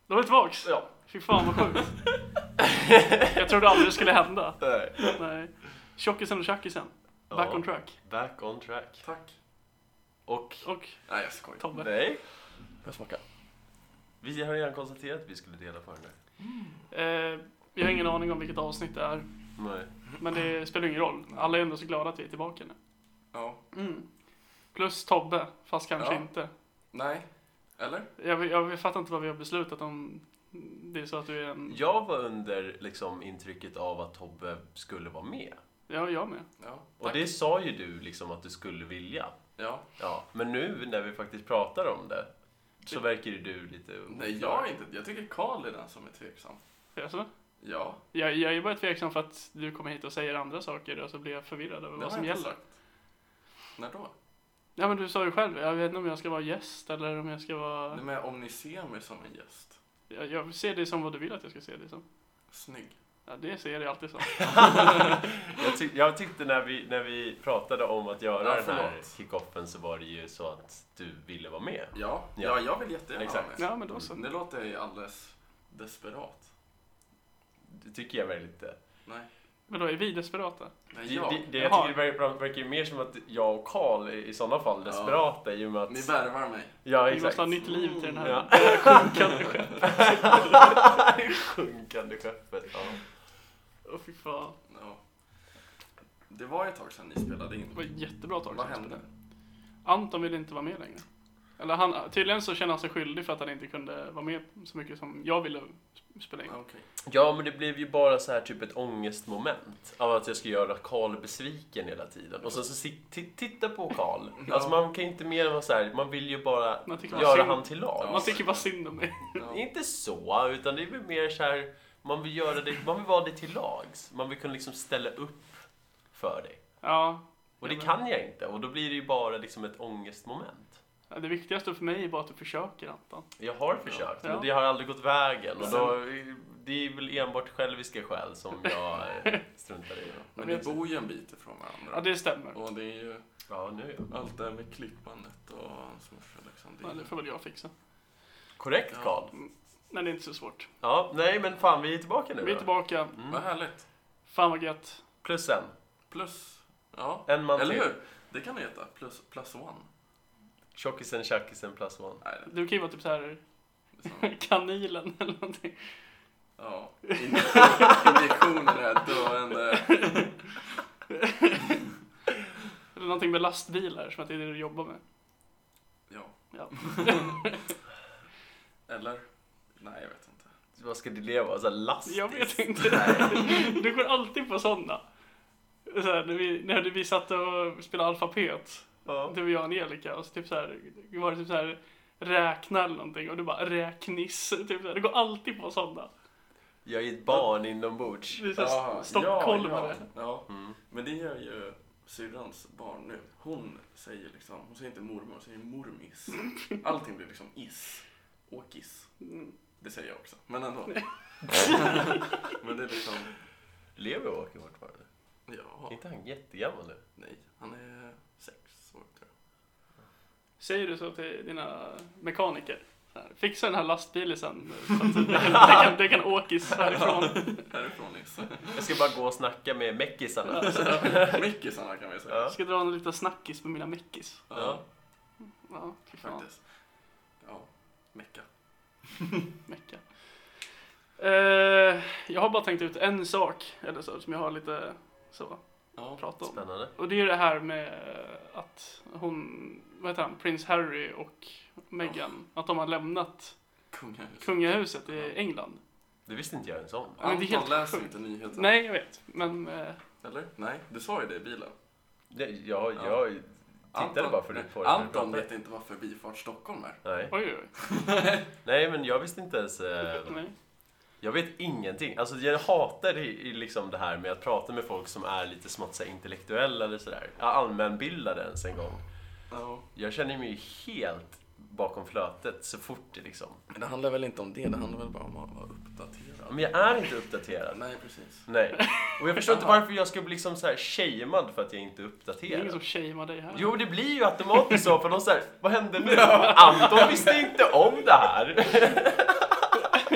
Då var vi tillbaks. Ja. Fy fan vad sjukt. Jag trodde aldrig det skulle hända. Nej. Tjockisen och tjackisen. Back on track. Back on track. Tack. Och Nej, jag skojar. Tobbe. nej. Jag smakar. Vi har redan konstaterat att vi skulle dela på den där. Vi har ingen aning om vilket avsnitt det är. Nej. Men det spelar ingen roll. Alla är ändå så glada att vi är tillbaka nu. Ja. Plus Tobbe, fast kanske Ja. inte. Nej. Eller? Jag fattar inte vad vi har beslutat om. Det är så att du är en... Jag var under liksom intrycket av att Tobbe skulle vara med. Ja, jag med. Ja. Och Tack. det sa ju du liksom att du skulle vilja. Ja. Ja, men nu när vi faktiskt pratar om det så verkar ju du lite Nej, jag är inte. Jag tycker Karl är den som är tveksam. Alltså, Ja. jag är bara tveksam för att du kommer hit och säger andra saker och så blir jag förvirrad över Det vad har som jag inte gäller. sagt. När då? Ja, men du sa ju själv, jag vet inte om jag ska vara gäst eller om jag ska vara... Nej, men om ni ser mig som en gäst. Jag ser det som vad du vill att jag ska se det som. Snygg. Ja, det ser jag alltid som. jag tyckte när vi pratade om att göra Ja, den här förlåt. kickoffen så var det ju så att du ville vara med. Ja, Ja. ja jag vill jättegärna Exakt. ha med. Ja, men då så. Det låter ju alldeles desperat. Det tycker jag väl inte. Nej. Men då är vi desperata. Nej, jag. Jag Jaha. tycker det verkar ju mer som att jag och Karl är i sådana fall desperata i och med att... Ni värvar mig. Ja, Vi exakt. måste ha nytt liv till den här Ja. sjunkande skeppet. Sjunkande skeppet, ja. Åh, fy fan. Ja. Det var ett tag sedan ni spelade in. Det var ett jättebra tag Vad sedan. hände? Anton ville inte vara med längre. Eller tydligen så känner han sig skyldig för att han inte kunde vara med så mycket som jag ville spela in. Okej. Ja, men det blev ju bara så här typ ett ångestmoment av att jag ska göra Karl besviken hela tiden. Och sen så titta på Karl. Ja. Alltså man kan inte mer än vara så här, man vill ju bara Man tycker bara göra synd. han till lag. Man tycker bara synd om mig. Ja. Inte så, utan det är väl mer så här, man vill göra det, man vill vara det till lags. Man vill kunna liksom ställa upp för dig. Ja. Och det kan jag inte, och då blir det ju bara liksom ett ångestmoment. Det viktigaste för mig är bara att du försöker, Anton. Jag har försökt, Ja. men det har aldrig gått vägen. Och då, det är väl enbart själviska skäl som jag struntar i. Men ni bor ju en bit ifrån varandra. Ja, det stämmer. Och det är ju Ja, nu ja. allt det här med klippandet och hans morsa liksom. Ja, det får väl jag fixa. Korrekt, Ja. Karl. Men det är inte så svårt. Ja, nej men fan, vi är tillbaka nu Vi är då. tillbaka. Vad härligt. Fan vad gött. Plus en. Plus, ja. En man Eller till. hur? Det kan det heta. Plus one. Tjockisen, tjackisen, plus one. Nej, Du kan ju vara typ så här det är som, kanilen eller någonting. ja. Injektionen är döende. Eller någonting med lastbilar, som att det är det du jobbar med. Ja. Ja. Eller? Nej, jag vet inte. Vad ska det leva? Så här lastis? Jag vet inte. Du går alltid på sådana. Så här, när vi satt och spelade alfabet. Ja. Du och jag och Angelica. Och så typ så här, var det typ så här räkna eller någonting. Och du bara räknis. Typ så här, du går alltid på sådana. Jag är ett barn inombords. Det är så här stockholmare. Ja. Mm. Men det gör ju syrrans barn nu. Hon säger liksom, hon säger inte mormor, hon säger mormis. Allting blir liksom is. Åkis. Mm. Det säger jag också. Men ändå. Men det är liksom, Lever Åke fortfarande? ja. Är inte han jättegammal nu? Nej, han är 6 år tror jag. Säger du så till dina mekaniker? Så här, fixa den här lastbilen sen. Så att det kan åkis härifrån. Härifrån is. Jag ska bara gå och snacka med meckisarna. Mickisarna kan vi säga. Ja. Jag ska dra en liten snackis med mina meckis. Ja. Ja, fy fan. Faktiskt. Ja, mecka. Mecka. Jag har bara tänkt ut en sak eller så, som jag har lite så Ja, att prata om. Spännande. Och det är det här med att vad heter han? Prins Harry och Meghan, att de har lämnat kungahuset. kungahuset i England. Det visste inte jag ens om. Ja, men det är helt Anton läser sjukt. inte nyheter. Nej, jag vet. Men Eller? Nej, du sa ju det i bilen. Jag tittade bara förut på det. Anton vet inte vad Förbifart Stockholm är. Nej. oj, oj. Nej, men jag visste inte ens... Nej. Jag vet ingenting. Alltså jag hatar i liksom det här med att prata med folk som är lite smått så här intellektuella eller sådär. Jag allmänbildade ens en gång. Ja. Jag känner mig ju helt bakom flötet så fort det liksom. Men det handlar väl inte om det handlar väl bara om att vara uppdaterad. Men jag är inte uppdaterad. Nej, precis. Nej. Och jag förstår inte varför jag ska bli liksom så här shamead för att jag inte är Det är uppdaterad. ingen som shamear dig här. Jo, det blir ju automatiskt så för de så här, vad hände nu? Anton visste inte om det här.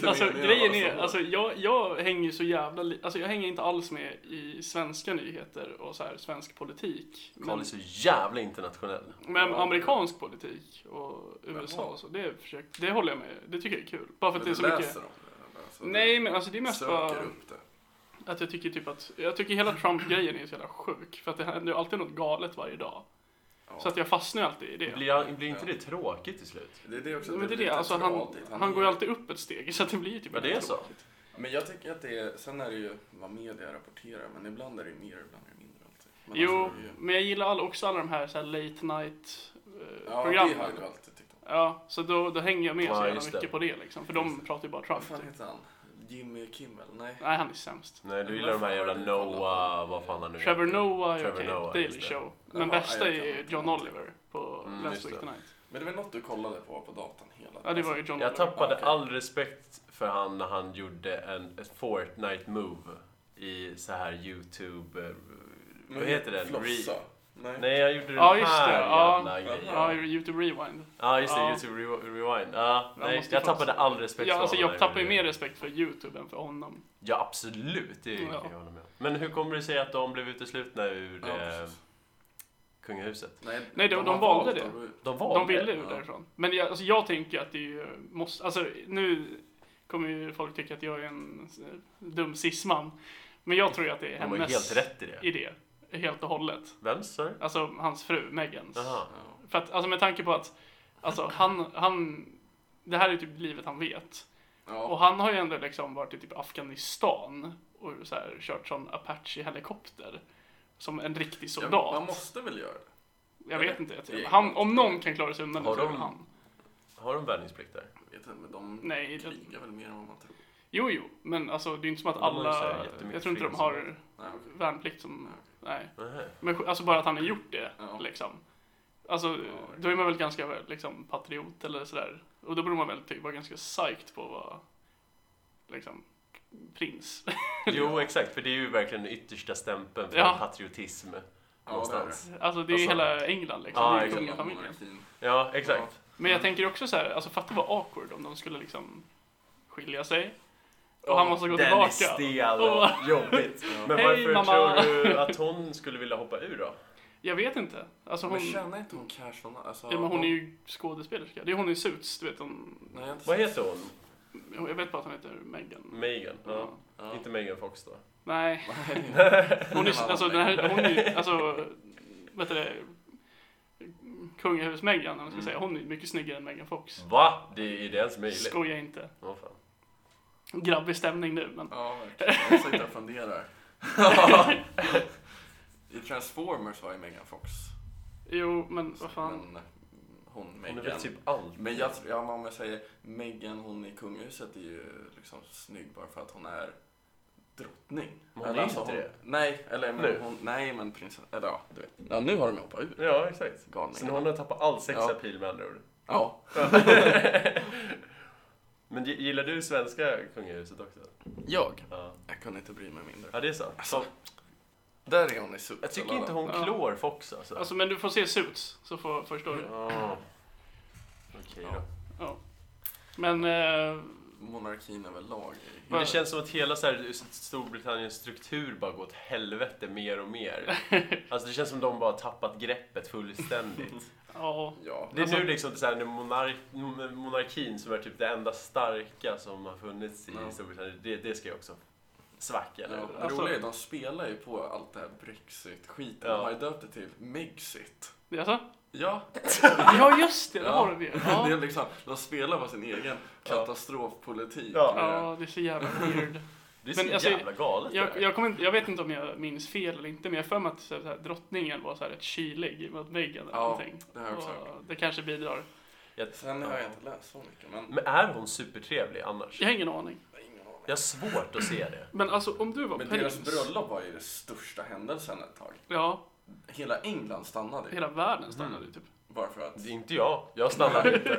inte alltså meningen grejen att vara är, så alltså jag hänger så jävla alltså jag hänger inte alls med i svenska nyheter och så här svensk politik. Carl är så jävla internationell. Men amerikansk politik och USA Jaha. så det håller jag med. Det tycker jag är kul. Bara för att det är så läser mycket. om det? Alltså, Nej, men alltså det är mest söker bara upp det. att jag tycker hela Trump-grejen är så jävla sjuk för att det händer ju alltid något galet varje dag. Ja. Så att jag fastnar ju alltid i det. Blir inte det tråkigt till slut? Det är det också. Men det är blir det, lite alltså tradigt. han går ju alltid upp ett steg så att det blir typ Ja, det är så. tråkigt. Men jag tycker att det är, sen är det ju vad media rapporterar, men ibland är det mer, ibland är det mindre alltid. Men Jo, alltså, det är ju- men jag gillar också alla de här, så här late night ja, programmen. det har jag alltid tyckt om. Ja, så då hänger jag med Ja, så jävla just det. mycket på det liksom. För de pratar ju bara Vad Trump. fan Typ. heter han? Jimmy Kimmel? Nej. Nej, han är sämst. Nej, du gillar de här jävla Noah, vad fan han nu Trevor heter. Noah är Trevor okej, Noah, Daily just det. Show. Men Jaha, bästa jag är kan John inte. Oliver på Mm, Last just Week det. Tonight. Men det var något du kollade på datan hela tiden. Ja, det var ju John Jag Oliver. tappade Okej. all respekt för han när han gjorde ett Fortnite move i så här YouTube. Vad heter den? Flossa? Nej. Nej, jag gjorde den Ja, just här det. Ja. jävla grejen. Ja, YouTube Rewind. Ja, just det. Ja. YouTube Rewind. Ja, nej, måste jag faktiskt- tappade all respekt Ja, för alltså honom jag när tappar ju gjorde mer det. respekt för YouTube än för honom. Ja, absolut. Det kan Ja. jag hålla med om. Men hur kommer det sig att de blev uteslutna ur Ja, precis. kungahuset? Nej, de har valde valt det. att gå ut. De valde De ville det. ut Ja. därifrån. Men jag tänker att det ju måste, alltså nu kommer ju folk tycka att jag är en dum cisman. Men jag tror ju att det är De har ju hennes helt rätt i det. idé. Helt och hållet. Vem sa du? Alltså hans fru, Megans. Jaha. Ja. För att, alltså med tanke på att, alltså han det här är typ livet han vet. Och Ja. han har ju ändå liksom varit i typ Afghanistan och så här, kört sån Apache-helikopter. Som en riktig Ja, man soldat. måste väl göra det? Jag vet inte. Jag tror. Det är- Han, om någon kan klara sig undan det Har så är de- det han. Har de värvningsplikt där? Jag vet inte, men de Nej, det- krigar väl mer än vad man tror. Jo, men alltså det är inte som att De har ju så här alla... jättemycket Jag tror inte de fri- har Nej, okej. värnplikt som... Nej. Nej. Men alltså bara att han har gjort det, Ja. liksom. Alltså, då är man väl ganska liksom, patriot eller sådär. Och då borde man väl typ vara ganska psyched på att vara liksom prins. Jo, exakt. För det är ju verkligen den yttersta stämpeln för Ja. patriotism. Ja, det är Någonstans. Alltså det är ju Alltså- hela England liksom. Ja, det är ju exakt. kungafamiljen. Monarkin. Ja, exakt. Men jag tänker också så här, alltså fatta vad awkward om de skulle liksom skilja sig. Och Ja, han måste gå den tillbaka. är stel Och- och jobbigt. Ja. Men Hej, varför mamma. tror du att hon skulle vilja hoppa ur då? Jag vet inte. Alltså Men hon... tjänar inte hon cash från... Alltså, Ja, men hon är ju skådespelerska. Det är hon i Suits, du vet hon... Nej, jag har inte Vad sett- heter hon? Jag vet bara att hon heter Megan. Megan? Ja. Ja. Inte Megan Fox då? Nej. Nej. Hon är, alltså, den här, hon är, alltså, vet du det, kungahus-Megan, om man ska säga. Hon är mycket snyggare än Megan Fox. Va? Det är det ens möjligt? Skoja inte. Åh, fan. Grabbig stämning nu, men. Ja, verkligen. Jag sitter och funderar. I Transformers var ju Megan Fox. Jo, men vad fan. Men hon Hon Megan. är väl typ allt. Men jag, ja, men om jag säger Megan, hon i kungahuset är ju liksom snygg bara för att hon är drottning. Men hon Eller är alltså inte det. Nej, eller men Nu. hon, nej men prinsessan, eller ja, du vet. Ja, nu har de hoppat ur. Ja, exakt. Galningarna. Så hon har tappat all sexapil med andra ord. Ja. Men gillar du svenska kungahuset också? Jag? Ja, Jag kunde inte bry mig mindre. ja det är så. Alltså, där är hon i Suits. Jag tycker eller? inte hon Ja. klår Fox alltså. Alltså, men du får se Suits, så förstår du. Ja. Okej då. Ja. Men, Monarkin överlag. Men det känns som att hela så här, Storbritanniens struktur bara går åt helvete mer och mer. Alltså det känns som de bara har tappat greppet fullständigt. ja. Ja. Det är Alltså- nu liksom så här, när monarkin som är typ det enda starka som har funnits i Ja. Storbritannien, det ska ju också svacka. Ja, Eller? det Alltså- roliga är att de spelar ju på allt det här Brexit-skiten. Ja. De har ju döpt det till Megxit. Jaså? Ja, Ja, just det, där Ja. har du det. Ja. det är liksom, de spelar på sin egen katastrofpolitik. Ja. Ja, det är så jävla weird. Det är så Men alltså, jävla galet det där. Jag vet inte om jag minns fel eller inte, men jag har för mig att så här, drottningen var så här rätt kylig mot Meghan eller Ja, någonting. det har jag också Och det kanske bidrar. Sen har jag inte läst så mycket, men Men är hon supertrevlig annars? Jag har ingen aning. jag har ingen aning. Jag har svårt att se det. Men alltså om du var Men prins. deras bröllop var ju den största händelsen ett tag. Ja, Hela England stannade ju. hela världen stannade ju typ. Bara för att... Det är inte jag stannar inte.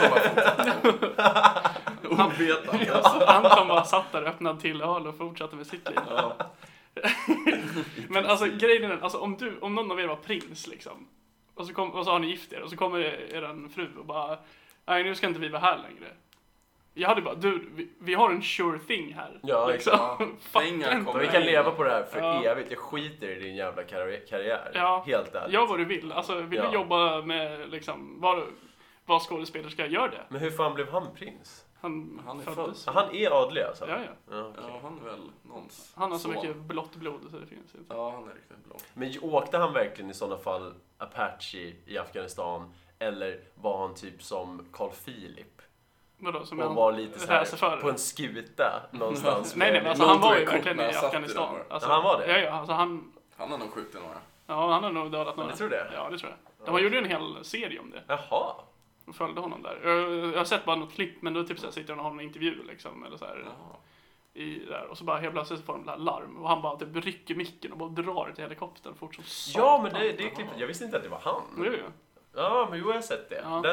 Ovetande. Anton bara satt där, öppnade till öl och fortsatte med sitt liv. Ja. Men alltså grejen är den, alltså om någon av er var prins liksom. Och så har ni gift er och så kommer eran fru och bara nej, nu ska inte vi vara här längre. Jag hade bara, vi har en sure thing här. Ja, liksom. Fattar pengar inte. kommer Vi kan leva på det här för Ja. evigt. Jag skiter i din jävla karriär. Ja. Helt ärligt. Gör vad du vill. Alltså, vill Ja. du jobba med liksom, vad skådespelerska gör det. Men hur fan blev han prins? Han Han är föddes. Han är adlig alltså? Ja, ja. Ja, okej. Ja, han är väl någons Han har så son. mycket blått blod så det finns inte. Ja, han är riktigt blå. Men åkte han verkligen i sådana fall Apache i Afghanistan? Eller var han typ som Carl Philip? Vadå, som Och var lite så här på en skuta någonstans? Nej, men med- alltså, han var ju Låter verkligen i kortna satt i Afghanistan. dem, Alltså, Han var det? Ja, ja, alltså han Han har nog skjutit några. han har nog dödat några. Ni tror det? Ja, det tror jag. De gjorde ju en hel serie om det. Jaha. Och följde honom där. Jag har sett bara något klipp, men då typ så här, sitter han och har en intervju liksom, eller så här, Jaha. där. Och så bara helt plötsligt så får de där larm. Och han bara typ rycker micken och bara drar till helikoptern fort som satan. Ja, men det klippet. Jag visste inte att det var han. Jo, jo. Ja, men jo, jag har sett det. Ja.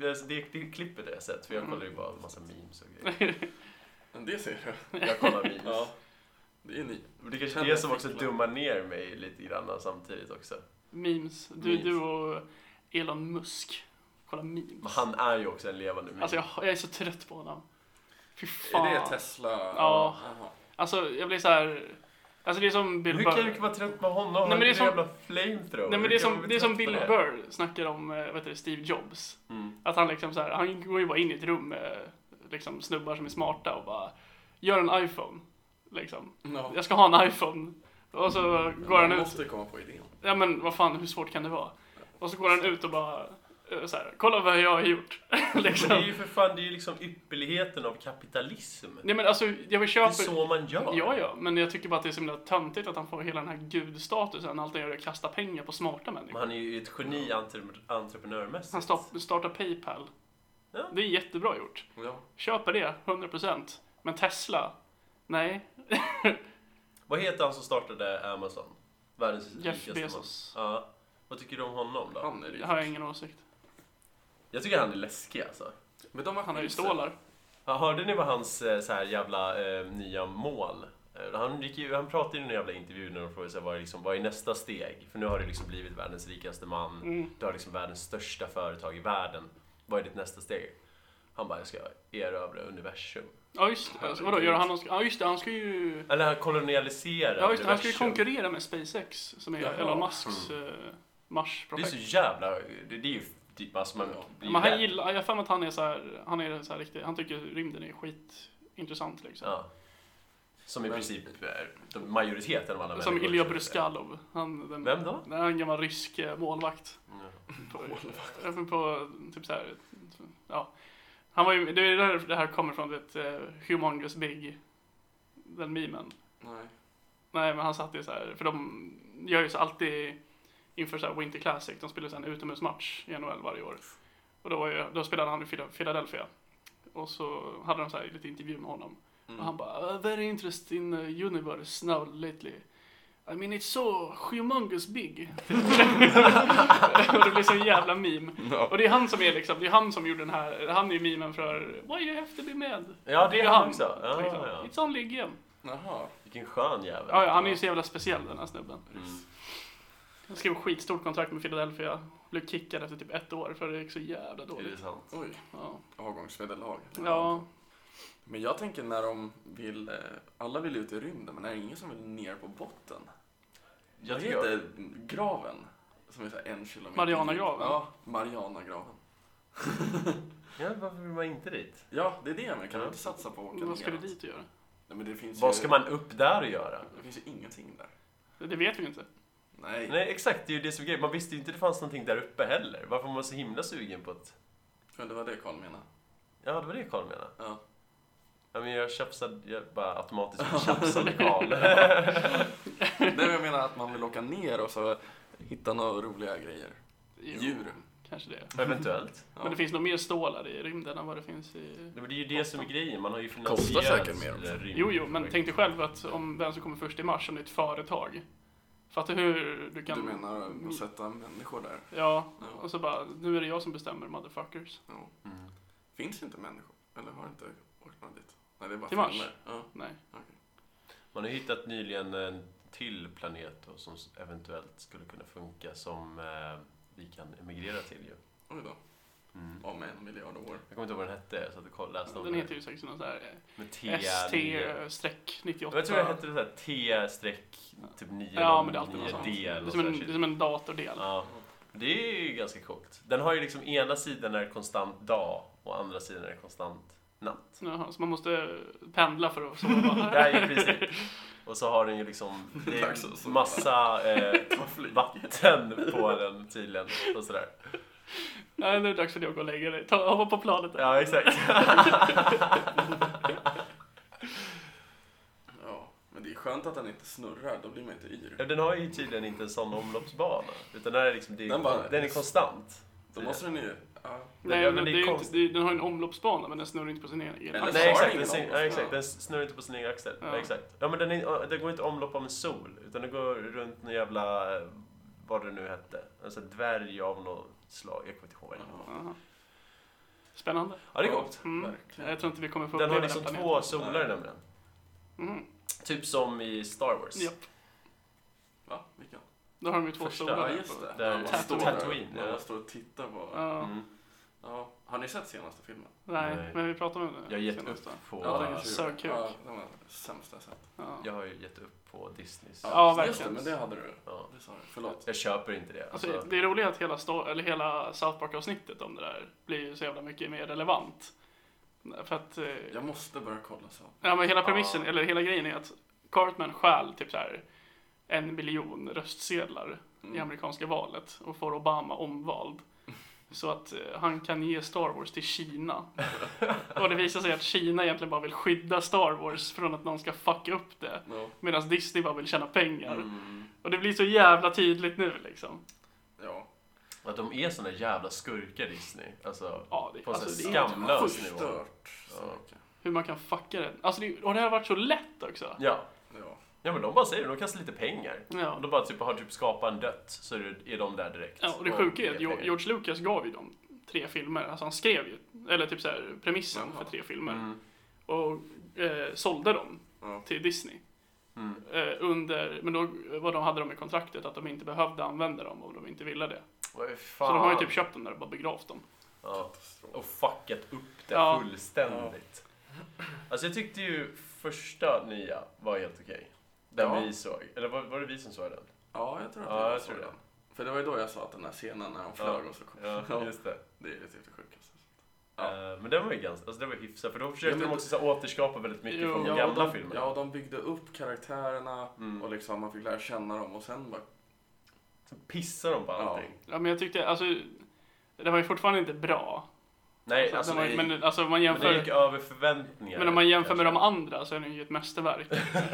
Det klippet har jag sett. För jag kollar ju bara en massa memes och grejer. Men det ser du. Jag kollar memes. Ja. Det är ni. Det är kanske det som också dummar ner mig lite grann samtidigt också. Memes. Memes. Du och Elon Musk. Kolla memes. Men han är ju också en levande meme. Alltså jag är så trött på honom. Fy fan. Är det Tesla? Ja. Jaha. Alltså jag blir så här. Alltså det är som Bill Hur Burr. kan du vara trött på honom? Nej, men Han det är är som- en jävla flamethrower. Nej men det är Hur kan som, man bli det är som trött Bill på det? Burr snackar om Steve Jobs. Att han liksom så här, han går ju bara in i ett rum med liksom snubbar som är smarta och bara gör en iPhone. Liksom. No. Jag ska ha en iPhone. Och så går han Man ut. måste komma på idén. Ja men vad fan, hur svårt kan det vara? Och så går han ut och bara så här, kolla vad jag har gjort. Men liksom. det är ju för fan, det är ju liksom ypperligheten av kapitalism. Nej men alltså, jag vill Det köpa... är så man gör. Ja, men jag tycker bara att det är så himla töntigt att han får hela den här gudstatusen. Allt han gör är att kasta pengar på smarta Men människor. han är ju ett geni entreprenörmässigt. Han startar Paypal. Ja. Det är jättebra gjort. Ja. Köper det, 100%. Men Tesla? Nej. Vad heter han som startade Amazon? Världens Jeff rikaste Bezos. man. Ja. Vad tycker du om honom då? Han är Det rik. har jag ingen åsikt. Jag tycker han är läskig alltså. Men de har Han har ju skilt sig. stålar. Ja, hörde ni vad hans så här jävla nya mål? Han pratade i en jävla intervju när de frågade sig vad är nästa steg? För nu har det liksom blivit världens rikaste man. Mm. Du har liksom världens största företag i världen. Vad är ditt nästa steg? Han bara, jag ska erövra universum. Ja just det. Alltså, vadå, gör han... Ja just det, han ska ju... Eller han kolonialiserar Ja just det, han ska ju universum. konkurrera med SpaceX. Som är Jaha. Elon Musks Det är Mars-projekt. så jävla... Det är ju typ alltså man blir Men han rädd. gillar, jag har för mig att han är så här riktigt, han tycker rymden är skitintressant liksom. Ja. Som i princip är majoriteten av alla Som människor. Ilja Bruskalov. Vem då? Det är en gammal rysk målvakt. På typ så här, ja. Han var ju, det är där det här kommer från, Humongous Big, den memen. Nej. Nej, men han satt ju så här, för de gör ju så alltid inför så här Winter Classic, de spelar så här en utomhusmatch i NHL varje år. Och då spelade han i Philadelphia. Och så hade de så här lite intervju med honom. Och han bara, very interested in the universe now lately. I mean it's so humongous big. Och det blir så en jävla meme. No. Och det är han som är liksom, det är han som gjorde den här, han är ju memen för Why you have to be mad? Ja, det är han också. Ja, liksom. ja. It's only a game. Jaha. Vilken skön jävel. Ja, han är ju så jävla speciell den här snubben. Mm. Han skrev skitstort kontrakt med Philadelphia. Blev kickad efter typ 1 år för det gick så jävla Är dåligt. det sant? Oj. Ja. Avgångsvederlag. Ja. Men jag tänker när de vill, alla vill ut i rymden, men är det ingen som vill ner på botten? Jag Vad tycker heter graven? Som är så här 1 kilometer. Marianagraven? Ja, Marianagraven. Ja, varför vill man inte dit? Ja, det är det, men kan du inte satsa på att åka Vad ska du neråt? dit och göra? Nej, men det finns Vad ju, ska man upp där och göra? Det finns ju ingenting där. Det vet vi inte. Nej. Nej, exakt. Det är ju det som är grejen. Man visste ju inte det fanns någonting där uppe heller. Varför var man så himla sugen på att... Men det var det Carl menade. Ja, det var det Carl menade. Ja. Ja, men jag bara automatiskt tjafsade Carl. Nej, men jag menar att man vill åka ner och så hitta några roliga grejer. Jo, Djur. Kanske det. Eventuellt. Ja. Men det finns nog mer stålar i rymden än vad det finns i... Det är ju det som är grejen. Man har ju Kostar finansierat... säkert mer också. Jo, men tänk dig själv att om vem som kommer först i mars, om det är ett företag. Fattar hur du kan... Du menar att sätta människor där? Ja, Ja. och så bara, nu är det jag som bestämmer, motherfuckers. Ja. Mm. Finns inte människor? Eller har inte åkt man dit? Nej, det är bara Till Mars? filmer. Ja. Nej. Man har hittat nyligen en till planet då, som eventuellt skulle kunna funka som vi kan emigrera till ju. Oj då. om 1 miljard år. Jag kommer inte ihåg vad den hette, så att jag läste om Den heter ju säkert någon sån här med ST-98. Jag tror det hette det där T-9 Ja, men det är alltid något sånt. D Det är eller som sådär shit. en datordel. Ja, det är ju ganska coolt. Den har ju liksom ena sidan är det konstant dag och andra sidan är det konstant natt. Jaha, så man måste pendla för att sova. Ja, i princip. Och så har den ju liksom det är massa vatten på den tydligen och sådär. Nej, nu är det dags för dig att gå och lägga dig. Hoppa på planet. Ja, exakt. Ja, men det är skönt att den inte snurrar, då blir man inte yr. Ja, den har ju tydligen inte en sån omloppsbana. Utan den är liksom, den är konstant. Då måste den ju... Ja. Nej, men det är ju inte, den har en omloppsbana, men den snurrar inte på sin egen axel. Nej, exakt. ingen omloppsbana. Den snurrar inte på sin egen axel. Ja. Ja. Exakt. Ja, men den går inte omlopp av en sol. Utan den går runt en jävla... Vad det nu hette. Alltså dvärg av något slag. Jag kommer inte ihåg. Aha. Spännande. Ja, det är coolt. Jag tror inte vi kommer få Den har uppleva liksom den 2 solar nämligen. Mm. Typ som i Star Wars. Japp. Va? Vilken? Då har de ju 2 Första, solar. Ja, just det. Där Man Tatooine, När ja. man står och tittar på... Ja. Mm. Ja. Har ni sett senaste filmen? Nej, Nej. men vi pratar om det. Jag har gett senast, upp va? på... Ja, den Sög kuk. Ja, den var sämsta jag sett. Ja. Jag har ju gett upp på Disneys. Ja, Just det, verkligen. men det hade du. Ja. Det sa du. Förlåt. Jag köper inte det. Alltså, det är roligt att hela South Park-avsnittet om det där blir så jävla mycket mer relevant. För att... Jag måste börja kolla så. Ja, men hela premissen, eller hela grejen är att Cartman stjäl typ så här 1 miljon röstsedlar i amerikanska valet och får Obama omvald. Så att han kan ge Star Wars till Kina. Och det visar sig att Kina egentligen bara vill skydda Star Wars från att någon ska fucka upp det. No. Medan Disney bara vill tjäna pengar. Och det blir så jävla tydligt nu liksom. Ja. Att de är såna jävla skurkar Disney. Alltså, Ja, på alltså, så det är skamlös Sjukt nivå. stört. Så Ja. mycket. hur man kan fucka det. Alltså och det har varit så lätt också. Ja. Ja. Ja, men de bara säger det. De kastar lite pengar. Ja. Och de bara typ har typ skapat en dött. Så är de där direkt. Ja, och det sjuka är att ger pengar. George Lucas gav ju dem 3 filmer. Alltså han skrev ju, eller typ så här premissen Jaha. för 3 filmer. Mm. Och sålde dem Ja. till Disney. Mm. Men då hade de i kontraktet att de inte behövde använda dem om de inte ville det. Vad Så de har ju typ köpt dem där och bara begravt dem. Ja. Och fuckat upp det Ja. fullständigt. Alltså jag tyckte ju första nya var helt okej. Den Ja. vi såg. Eller var det vi som såg den? Ja, jag tror att Ja, jag såg tror det. den. För det var ju då jag sa att den här scenen när de flög och så kom. Ja, just det. Det är typ det sjukaste. Ja. Men den var ju ganska, alltså det var hyfsat. För då försökte Ja, men de också så här återskapa väldigt mycket Jo. från de Ja, gamla de, filmerna. ja, de byggde upp karaktärerna Mm. och liksom man fick lära känna dem och sen bara... Så pissar de på allting. Ja, men jag tyckte, alltså, det var ju fortfarande inte bra. Nej, alltså, det var, nej. men alltså om man Men jämför... det gick över förväntningar. Men om man jämför med de kanske. andra så är den ju ett mästerverk.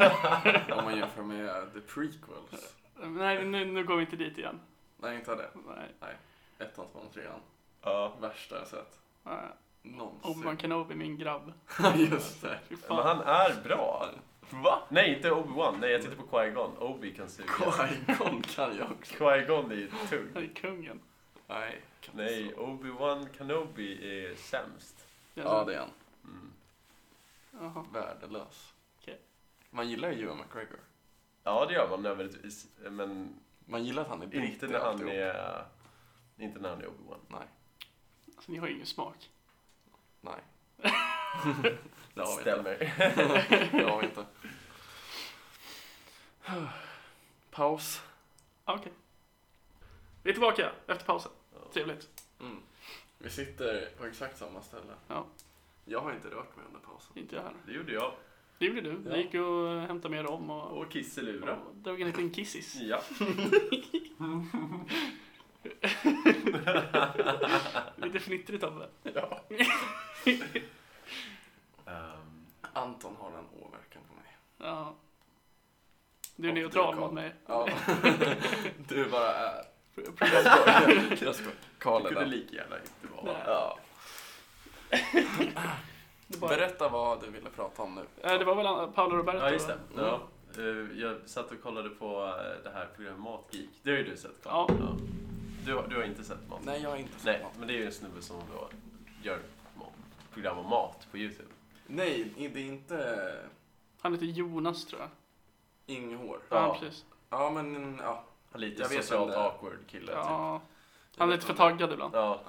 Om man jämför med the prequels. Nej, nu går vi inte dit igen. Nej, inte det. Nej. 1, 2, 3. Ja. Värsta jag sett. Nej. Någonsin. Obi-Wan Kenobi, min grabb. Just det. Fy Men fan. han är bra. Va? Nej, inte Obi-Wan. Nej, jag tittar på Qui-Gon. Obi kan suga. Qui-Gon kan jag också. Qui-Gon är ju tung. Han är kungen. Nej. Nej, Obi-Wan Kenobi är sämst. Ja, det är han. Mm. Jaha. Värdelös. Okej. Man gillar ju Ewan McGregor. Ja, det gör man nödvändigtvis. Men Man gillar att han är britt inte i när han alltihop. är... Inte när han är Obi-Wan. Nej. Alltså, ni har ju ingen smak. Nej. Det har vi inte. Stämmer. Det har vi inte. Paus. Okej. Vi är tillbaka efter pausen. Trevligt. Mm. Vi sitter på exakt samma ställe. Ja. Jag har inte rört mig under pausen. Inte jag heller. Det gjorde jag. Det gjorde du. Ja. Du gick och hämtade med dem och Och kisselura. drog en liten kissis. Ja. Lite fnittrigt av det. Ja. Um, Anton har en åverkan på mig. Ja. Du är Och neutral du, mot Carl. mig. Ja. Du bara är. Programskoj. Jag skojar. Karl det är kunde den. lika gärna inte vara. Nej. Ja. Det, bara, Berätta vad du ville prata om nu. det var väl Paolo Roberto? Ja, just det. Mm. Ja. Jag satt och kollade på det här programmet Matgeek. Det har ju du sett, Carl. Ja. Du har inte sett Matgeek? Nej, jag har inte sett Nej, något. men det är ju en snubbe som då gör program om mat på YouTube. Nej, det är inte Han heter Jonas, tror jag. Inghår. Ja, Ja. precis. Ja, men ja. Han är lite Jag vet socialt vem det är. awkward kille. Typ. Ja. Han är lite för taggad ibland. Ja. Okej.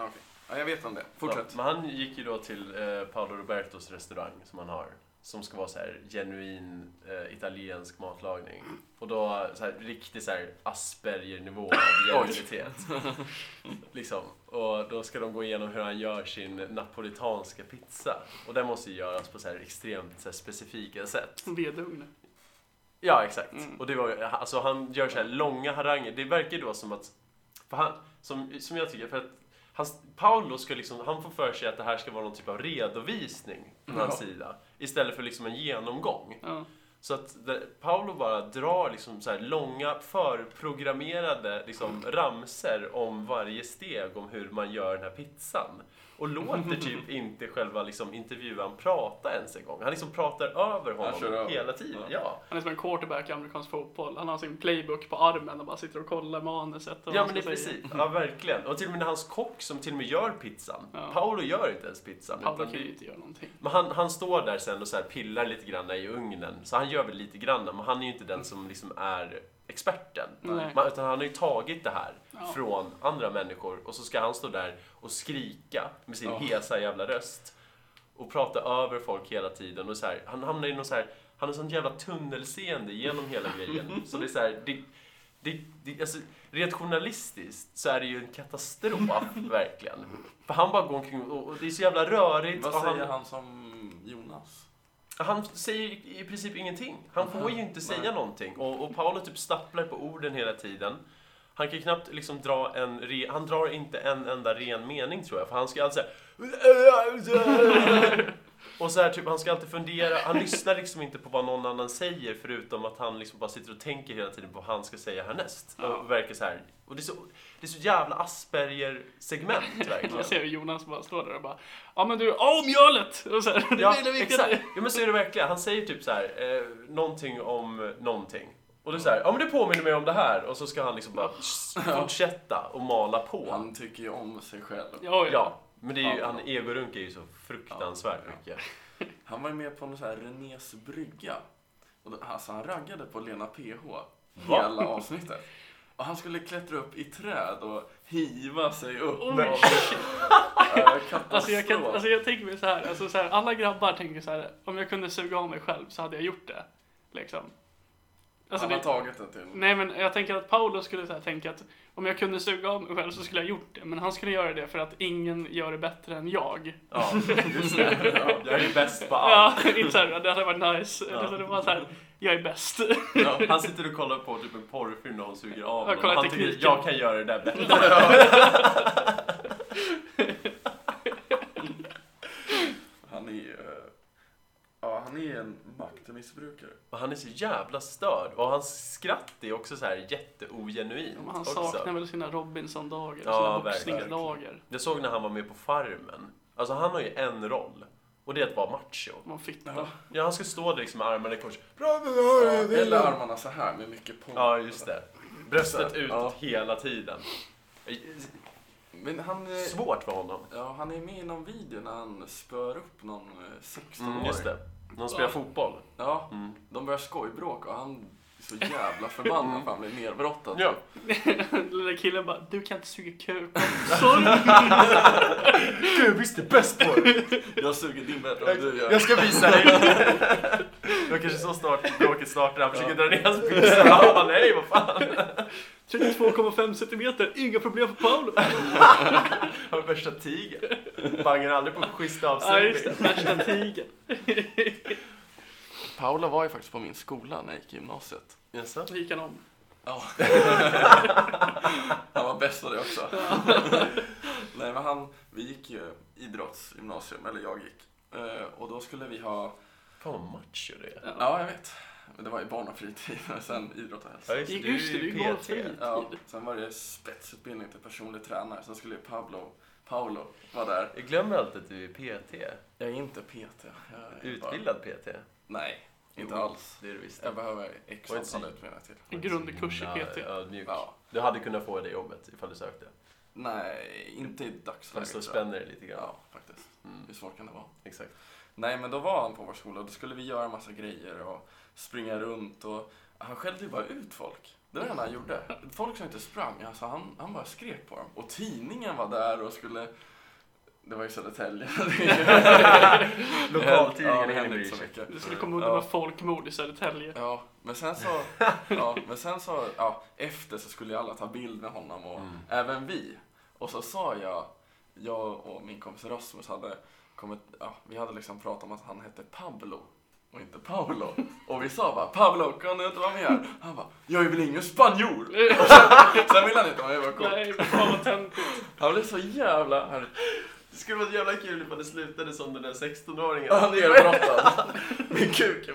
Ja, jag vet om det. Fortsätt. Ja, men han gick ju då till Paolo Robertos restaurang som han har. Som ska vara så här genuin italiensk matlagning. Och då så här, riktigt så här Asperger-nivå av genuinitet. Liksom. Och då ska de gå igenom hur han gör sin napolitanska pizza. Och den måste ju göras på så här extremt så här specifika sätt. Vedugn. Ja, exakt. Och det var, alltså han gör så här långa haranger. Det verkar då som att, för han, som jag tycker, för att Paolo ska liksom, han får för sig att det här ska vara någon typ av redovisning från hans sida. Istället för liksom en genomgång. Ja. Så att Paolo bara drar liksom så här långa förprogrammerade liksom ramser om varje steg om hur man gör den här pizzan. Och låter typ inte själva liksom intervjuaren prata ens en gång. Han liksom pratar över honom hela tiden. Ja. Han är som en quarterback i amerikansk fotboll. Han har sin playbook på armen och bara sitter och kollar manuset. Och Ja, men det är precis. Ja, verkligen. Och till och med hans kock som till och med gör pizzan. Ja. Paolo gör inte ens pizzan. Paolo kan ju inte göra någonting. Men han står där sen och så här pillar lite grann i ugnen. Så han gör väl lite grann, men han är ju inte den som liksom är experten. Utan han har ju tagit det här från andra människor. Och så ska han stå där och skrika med sin hesa jävla röst. Och prata över folk hela tiden. Och så här, han hamnar i någon så här, han har sån jävla tunnelseende genom hela grejen. Så det är så här, alltså, rent journalistiskt så är det ju en katastrof, verkligen. För han bara går omkring och det är så jävla rörigt. Vad säger han som Jonas? Han säger i princip ingenting. Han får ju inte säga någonting. Och Paolo typ stapplar på orden hela tiden. Han kan knappt liksom dra han drar inte en enda ren mening, tror jag. För han ska alltid säga och så här typ, han ska alltid fundera. Han lyssnar liksom inte på vad någon annan säger, förutom att han liksom bara sitter och tänker hela tiden på vad han ska säga härnäst. Och verkar så här. Och det är så jävla Asperger-segment, verkligen. Man ser Jonas bara står där och bara, ja men du, mjölet! Och så här, ja, exakt. Ja, men så är det verkligen. Han säger typ så här, någonting om någonting. Och det är så här, ja men det påminner mig om det här. Och så ska han liksom bara fortsätta och mala på. Han tycker ju om sig själv. Ja, men det är ju, han egorunk är ju så fruktansvärt mycket. Han var ju med på en så här Renés brygga. Och då, alltså han raggade på Lena PH hela avsnittet. Och han skulle klättra upp i träd och hiva sig upp. Alltså jag tänker mig så här, alla grabbar tänker så här, om jag kunde suga av mig själv så hade jag gjort det. Liksom. Alltså han har tagit det till. Nej, men jag tänker att Paolo skulle så här tänka att om jag kunde suga av mig själv så skulle jag gjort det. Men han skulle göra det för att ingen gör det bättre än jag. Ja, just det. Ja, jag är bäst på allt. Ja, inte så här, det hade varit nice. Ja. Det var så här, jag är bäst. Ja, han sitter och kollar på typ en porrfilm när hon suger av honom. Han tycker jag kan göra det där bättre. Han är en maktmissbrukare. Och han är så jävla störd. Och hans skratt är också så här jätteogenuint. Han saknar väl sina Robinson-dagar, ja, sina boxningsdagar. Jag såg när han var med på Farmen. Alltså han har ju en roll. Och det är att vara macho. Man fitta. Ja, han ska stå där liksom med armarna i kors. Eller armarna så här med mycket på. Ja, just det. Bröstet utåt hela tiden. Men svårt för honom. Ja, han är med i någon video när han spör upp någon 16-åring. Just det. När han spelar fotboll. Ja, de börjar skojbråka och han är så jävla förbannad för han blir nerbrottad. Ja. Den där killen bara, du kan inte suga kuk. Du visst är bäst på det. Jag suger din bättre än du gör. Jag ska visa dig. Det var kanske så snart bråket startade. Han försöker dra ner hans pizza. Han bara, nej, vad fan. 32,5 centimeter, inga problem för Paolo. Han är värsta tiger. Bangar aldrig på schysst avstängning. Ja, just det, värsta tiger. Paolo var ju faktiskt på min skola när jag gick i gymnasiet. Jaså? Då gick han om. Ja. Han var bäst på det också. Nej, men vi gick ju idrottsgymnasium, eller jag gick. Och då skulle vi ha... Fan vad macho det är. Ja, jag vet. Det var ju barn och fritid, sen idrott och hälsa. Ja, just det, du är PT. Ja, sen var det spetsutbildning till personlig tränare. Sen skulle Paolo vara där. Jag glömmer alltid att du är PT. Jag är inte PT. Utbildad PT? Nej, inte alls. Det är det visst. Jag behöver x antal utbildningar till. En grundkurs i PT. Ja. Du hade kunnat få det jobbet ifall du sökte. Nej, inte i dagsläget. Fast spänner det lite grann. Ja, faktiskt. Hur svårt kan det vara? Exakt. Nej, men då var han på vår skola och då skulle vi göra en massa grejer och springa runt och han skällde ju bara ut folk. Det var det han gjorde. Folk som inte sprang, alltså han bara skrek på dem. Och tidningen var där och skulle Det var ju Södertälje. Lokaltidningen händer inte så mycket. Det skulle komma undan med folkmord i Södertälje. Ja, men sen så efter så skulle ju alla ta bild med honom och även vi. Och så sa jag och min kompis Rasmus vi hade liksom pratat om att han hette Pablo och inte Paolo. Och vi sa bara, Pablo, kan du inte vara med här? Han bara, jag är väl ingen spanjor. Sen ville han inte vara med, var cool. Nej, fan vad töntigt. Han blev så jävla härligt. Det skulle vara jävla kul ifall det slutade som den där 16-åringen. Han är överbrottad. Min kuk.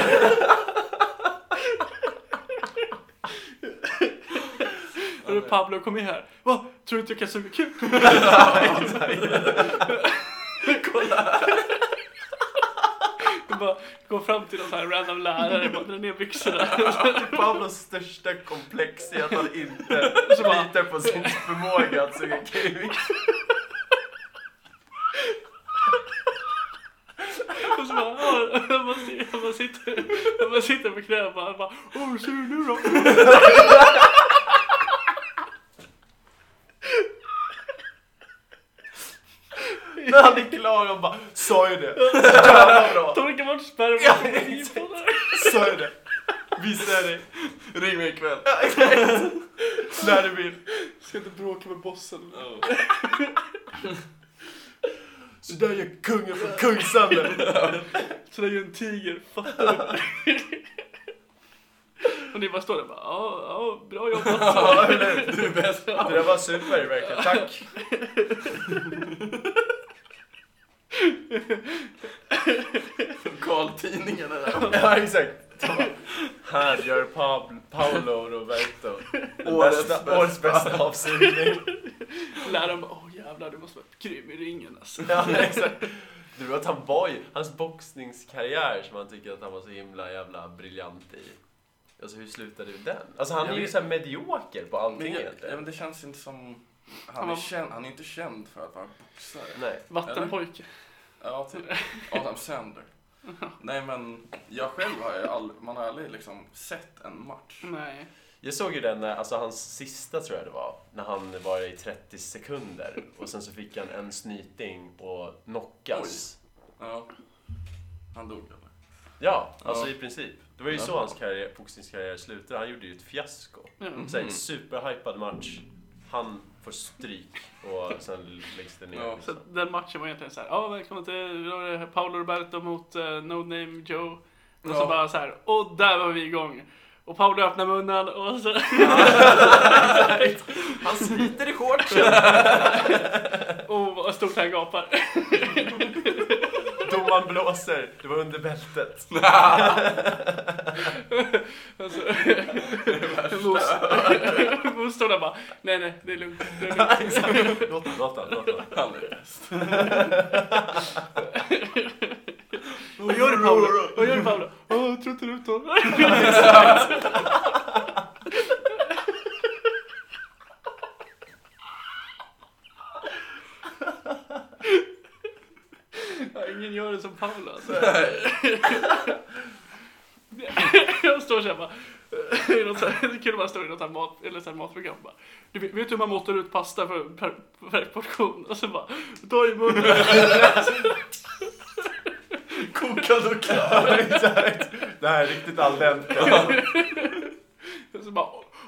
Hörru Pablo, kom med här. Va? Tror du inte jag kan suga kuk? Kolla. Du bara går fram till någon sån här random lärare och bara drar ner byxorna. Pablos största komplex är att han inte litar på sin förmåga att suga kuk. Och så bara, man sitter på knä och bara, hur ser du nu då? När han är klar och bara, sa ju det. Jävla bra. Torka bort sperma. Sa ju det. Visa dig. Ring mig ikväll. När du vill. Ska inte bråka med bossen. Så där gör kungen från Kungsallen. Så där gör en tiger, fattar du? Och ni bara står där och bara, ja, bra jobbat. Ja, du är bäst. Det där var super, verkligen. Tack. Lokaltidningen är där. Ja, exakt. Här gör Paolo Roberto årets bästa avsugning. Läraren bara, jävlar, du måste vara grym i ringen alltså. Ja, exakt. Du vet, han var ju, hans boxningskarriär som han tycker att han var så himla jävla briljant i. Alltså hur slutade den? Alltså han är ju så här medioker på allting egentligen. Men det känns inte som... Han är inte känd för att vara boxare. Nej. Vattenpojke. Ja, typ Adam Sandler. Nej, men jag själv man har aldrig liksom sett en match. Nej. Jag såg ju den, alltså hans sista tror jag det var, när han var i 30 sekunder och sen så fick han en snyting och knockas. Oj. Ja. Han dog eller? Ja, alltså i princip. Det var ju så hans boxningskarriär slutade. Han gjorde ju ett fiasko. Så en superhypad match. Han får stryk och sen läggs det ner. Ja. Så den matchen var egentligen så här, välkommen till Paolo Roberto mot No Name Joe. Och så bara så här, och där var vi igång. Och Paolo öppnar munnen och så... Han sliter i shortsen. Och stort han gapar. Domaren blåser. Det var under bältet. Alltså, Mos står där bara, nej, det är lugnt. Låt han. Han är bäst. Vad gör du Paolo? Truttar ut då. Ingen gör det som Paolo alltså. Jag står så här bara, det är kul att man står i något här matprogram bara, du vet hur man måttar ut pasta per portion och så bara, ta i munnen. Kokad och klar. Exakt. Det här är riktigt al dente. Så bara,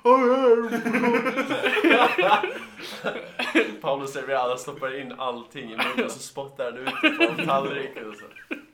Paolo serverar, alla stoppar in allting i munnen och så spottar han ut på en tallrik och så.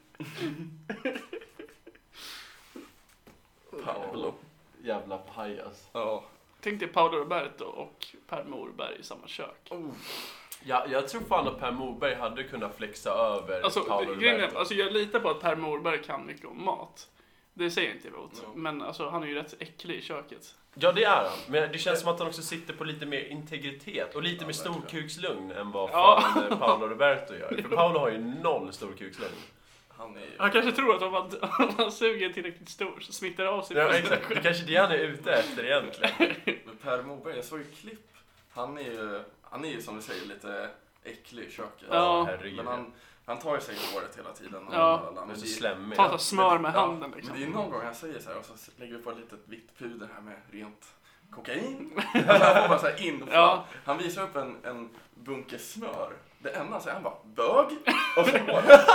Paolo. Jävla pajas. Ja. Tänk dig Paolo Roberto och Per Morberg i samma kök. Ja, jag tror fan att Per Morberg hade kunnat flexa över Paolo Roberto. Alltså jag litar på att Per Morberg kan mycket om mat. Det säger jag inte emot. Men alltså, han är ju rätt äcklig i köket. Ja, det är han. Men det känns som att han också sitter på lite mer integritet och lite mer storkukslugn än vad fan Paolo Roberto gör. För Paolo har ju 0 storkukslugn. Han kanske tror att om man suger tillräckligt stor så smittar det av sig. Ja, exakt. Det kanske det han är ute efter egentligen. Men Per Morberg, jag såg ju klipp. Han är ju som du säger lite äcklig i köket. Ja, herregud. Men han tar ju sig i håret hela tiden. Ja. Det är så slemmigt. Ta smör med handen liksom. Men det är någon gång jag säger så här och så lägger vi på ett litet vitt puder här med rent kokain. Han får bara så här infall. Ja. Han visar upp en bunke smör det enda så han bara, bög? Och så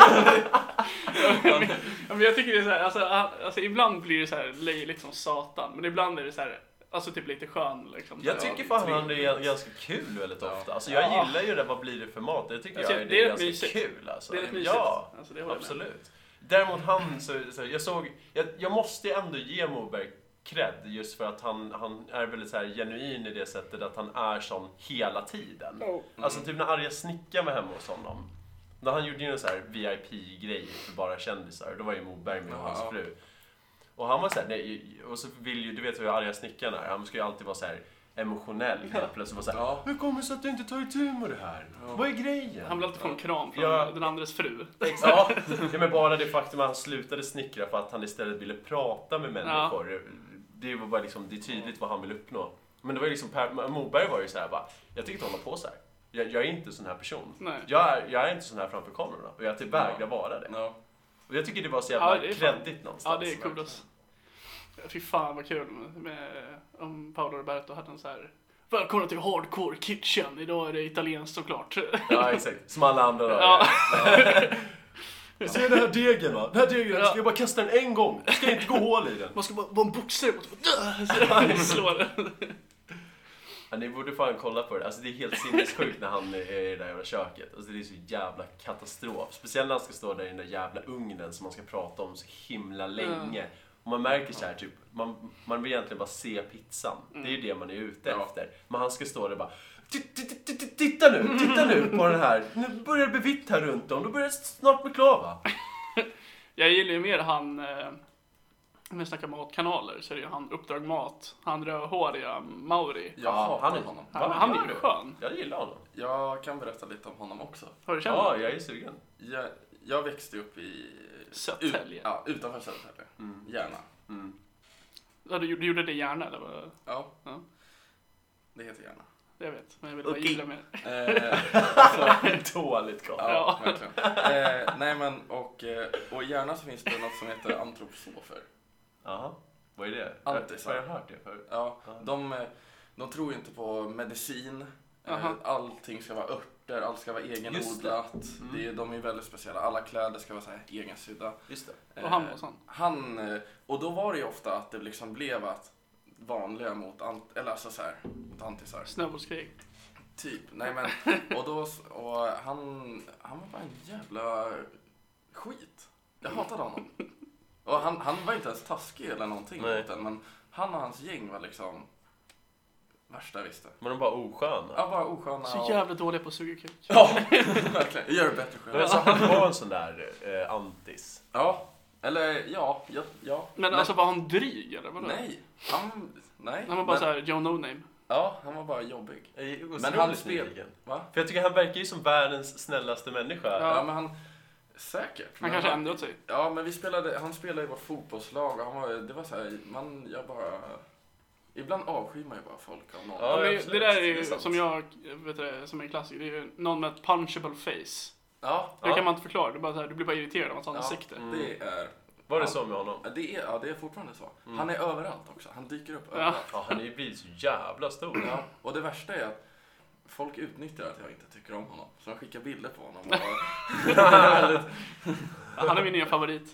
men jag tycker det är så här, alltså ibland blir det så här löjligt som satan, men ibland är det så här, alltså typ lite skön liksom. Jag tycker fan han är ganska kul väldigt ofta. Alltså jag gillar ju det, vad blir det för mat? Jag tycker alltså, det är ganska mysigt. Kul alltså. Det är mysigt. Ja, alltså, det absolut. Däremot han jag måste ju ändå ge Moberg cred just för att han är väldigt så här genuin i det sättet att han är sån hela tiden. Alltså typ när Arga Snickaren var hemma hos honom. När han gjorde ju en så här VIP-grej för bara kändisar, då var ju Moberg med hans fru. Och han var så här, nej, och så vill ju, du vet hur Arga Snickaren är, han ska ju alltid vara så här emotionell. Plötsligt vara så här, hur kommer det så att du inte tar itu med det här? Vad är grejen? Han vill alltid få en kram från den andres fru. Ja, men bara det faktum att han slutade snickra för att han istället ville prata med människor. Det var bara liksom, det är tydligt vad han vill uppnå. Men det var ju liksom, Moberg var ju så här bara, jag tycker inte hålla på så här. Jag är inte sån här person. Nej. Jag är inte sån här framför kamerorna. Och jag vägrar vara det. Och jag tycker det var så jävla kreddigt någonstans. Ja, det är coolt. Fy fan vad kul med om Paolo Roberto hade en så här: välkomna till Hardcore Kitchen. Idag är det italienskt såklart. Ja, exakt. Som alla andra då. Ja. Se den här degen, va? Den här degen, ska jag bara kasta den en gång. Jag ska inte gå hål i den. Man ska bara vara en boxare och slå den. Ja, ni borde fan kolla på det. Alltså det är helt sinnessjukt när han är i det där jävla köket. Alltså det är så jävla katastrof. Speciellt när han ska stå där i den där jävla ugnen som man ska prata om så himla länge. Och man märker så här typ, man vill egentligen bara se pizzan. Det är ju det man är ute efter. Men han ska stå där och bara, titta nu på den här. Nu börjar det bli vitt här runt om. Då börjar det snart bli klar, va? Jag gillar ju mer han, om jag snackar matkanaler så är det ju han Uppdrag Mat. Han rödhåriga Mauri. Ja, han är honom. Han är ju skön. Jag gillar honom. Jag kan berätta lite om honom också. Har du känt honom? Ja, jag är sugen. Jag växte upp i Södertälje. Utanför Södertälje. Järna. Ja, du gjorde det gärna eller vad? Ja. Det heter Järna. Jag vet, men jag vill bara gilla mer. Dåligt gott. Ja, verkligen. Nej men, och i Järna så finns det något som heter antroposofer. Jaha, vad är det? Antisar. Har jag hört det förut? Ja, de tror ju inte på medicin. Allting ska vara örter, allt ska vara egenodlat. De är väldigt speciella. Alla kläder ska vara så här egensydda. Just det. Och han var sån. Och då var det ju ofta att det liksom blev att vanliga mot antisar. Snöbollskrig. Typ. Nej men och han var bara en jävla skit. Jag hatade honom. Och han var inte ens taskig eller någonting mot den, men han och hans gäng var liksom värsta visste. Men de var osköna. Ja, bara osköna. Så jävla dåliga på sugekuk. Ja, verkligen. Gör det bättre själv. Men så han var en sån där antis. Ja. Eller ja. Men alltså var han dryg eller vadå? Nej. Han var bara så här Joe No Name. Ja, han var bara jobbig. Men han spelade. Va? För jag tycker han verkar ju som världens snällaste människa. Ja, men han säkert. Han kanske ändrat sig. Ja, men han spelade i vårt fotbollslag och det var så här, ibland avskyr man ju bara folk av någon. Ja, men det där är ju som jag vet det, som är en klassiker. Det är ju någon med ett punchable face. Ja. Det kan man inte förklara. Det är bara så här, du blir bara irriterad av hans ansikte. Det är. Var det så med honom? Det är fortfarande så. Han är överallt också. Han dyker upp överallt. Ja, han är ju blivit så jävla stor. Ja. Och det värsta är att folk utnyttjar att jag inte tycker om honom. Så de skickar bilder på honom. Han är min nya favorit.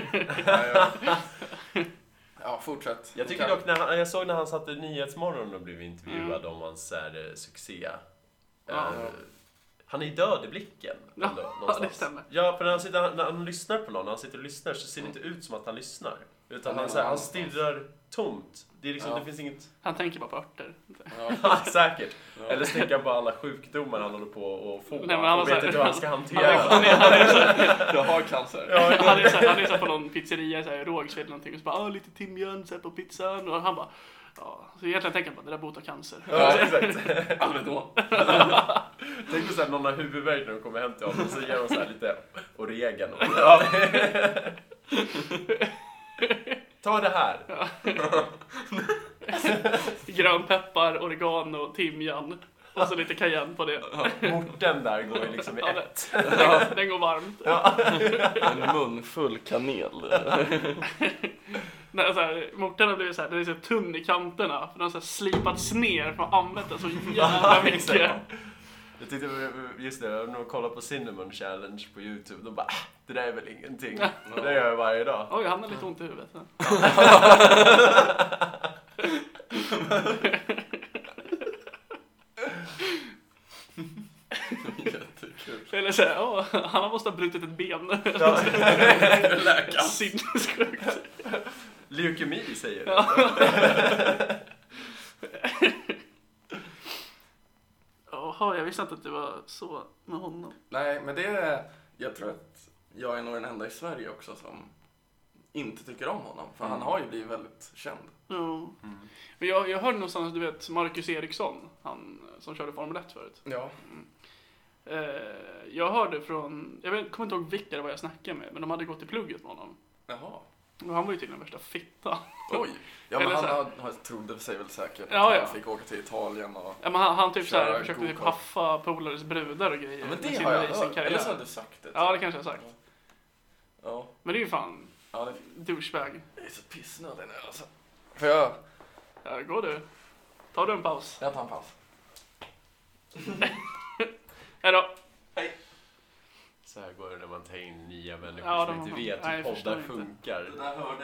Ja, fortsätt. Jag tycker dock, jag såg när han satt i Nyhetsmorgon och blev intervjuad om hans succé. Han är död i blicken. Ja, det stämmer. Ja, för när han lyssnar på någon, när han sitter och lyssnar så ser det inte ut som att han lyssnar. Utan han stirrar tomt. Det är liksom, det finns inget. Han tänker bara på örter. Ja, säkert. Ja. Eller tänker han på alla sjukdomar han håller på och få. Nej, men och vet inte hur han ska hantera. Jag har cancer. Ja, han är så på någon pizzeria så här Rågsved eller någonting och så bara lite timjan så här på pizzan och han bara så egentligen tänker han på det där botar cancer. Ja, exakt. Alvedon. Tänk på så här, någon har huvudvärk när de kommer hem till honom och så ger de så här lite oregano. Ta det här. Grönpeppar, oregano, timjan och så lite cayenne på det. Morten där går ju liksom i ett. Den går varmt. En munfull kanel. Morten har blivit så här, den är så tunn i kanterna för den har så här slipats ner för att använda så jävla mycket. Jag tyckte just det, när man kollar på Cinnamon Challenge på YouTube, de bara, det där är väl ingenting. Det gör jag varje dag. Oj, han har lite ont i huvudet. Jättekul. Eller såhär, han måste ha brutit ett ben. Sinnessjukt. Leukemi säger det. Jaha, jag visste inte att det var så med honom. Nej, men jag tror att jag är nog den enda i Sverige också som inte tycker om honom. För han har ju blivit väldigt känd. Ja. Men jag hörde någonstans, du vet, Marcus Eriksson, han som körde Formel 1 förut. Ja. Jag hörde från, kommer inte ihåg vilka det var jag snackade med, men de hade gått i plugget med honom. Jaha. Och han var ju till den värsta fitta. Oj. Ja, men han trodde sig väl säkert att han fick åka till Italien och ja, men han typ såhär försökte typ haffa polares brudar och grejer. Ja, men det har jag hört. Eller så har du sagt det. Ja, det kanske jag har sagt. Ja. Men det är ju fan douchebag. Jag är så pissnödig nu alltså. Får jag? Ja, gå du. Ta du en paus. Jag tar en paus. Hejdå. Hej. Så här går det när man tar in nya människor som inte vet hur poddar funkar. Det där hörde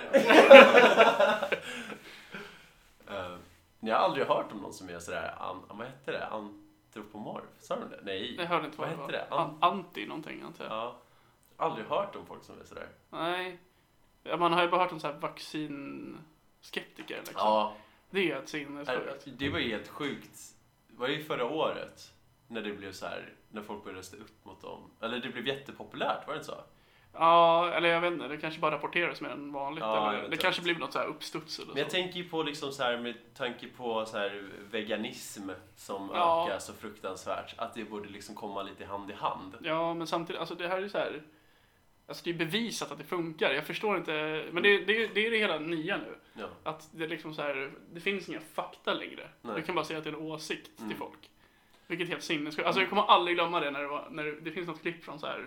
jag. Jag har aldrig hört om någon som är sådär, vad heter det? Antropomorf? Sa de det? Nej. Jag hörde inte vad heter det? Anti någonting, antar jag. Ja. Aldrig hört om folk som är sådär. Nej. Ja, man har ju bara hört om så här vaccinskeptiker liksom. Ja. Det är ett sinnessjukt. Det var ju helt sjukt. Det var ju förra året när det blev så här, när folk började stå upp mot dem. Eller det blev jättepopulärt, var det inte så? Ja, eller jag vet inte, det kanske bara rapporteras mer än vanligt. Ja, eller det kanske blir något så här uppstuds eller så. Men jag tänker ju på liksom så här, med tanke på så här veganism som ökar så fruktansvärt, att det borde liksom komma lite hand i hand. Ja, men samtidigt, alltså det här är så här, alltså det är bevisat att det funkar. Jag förstår inte, men det är det hela nya nu. Ja. Att det är liksom så här, det finns inga fakta längre. Nej. Du kan bara säga att det är en åsikt till folk. Vilket är helt sinnessjukt. Alltså jag kommer aldrig glömma det när det finns något klipp från så här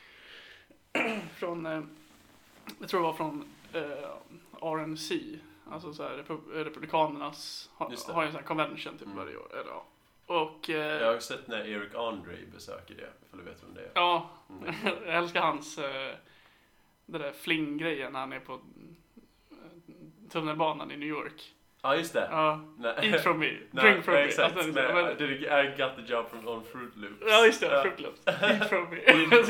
från jag tror det var från RNC, alltså så här republikanernas har ju en sån här convention typ varje år eller ja. Och jag har sett när Eric Andre besöker det, ifall du vet vem det är. Ja. Jag älskar hans det där fling-grejen när han är på tunnelbanan i New York. Ja, just det. Ja. Eat from me, drink from me. Exakt. I got the job on Fruit Loops. Ja, just det. Fruit Loops. Eat from me.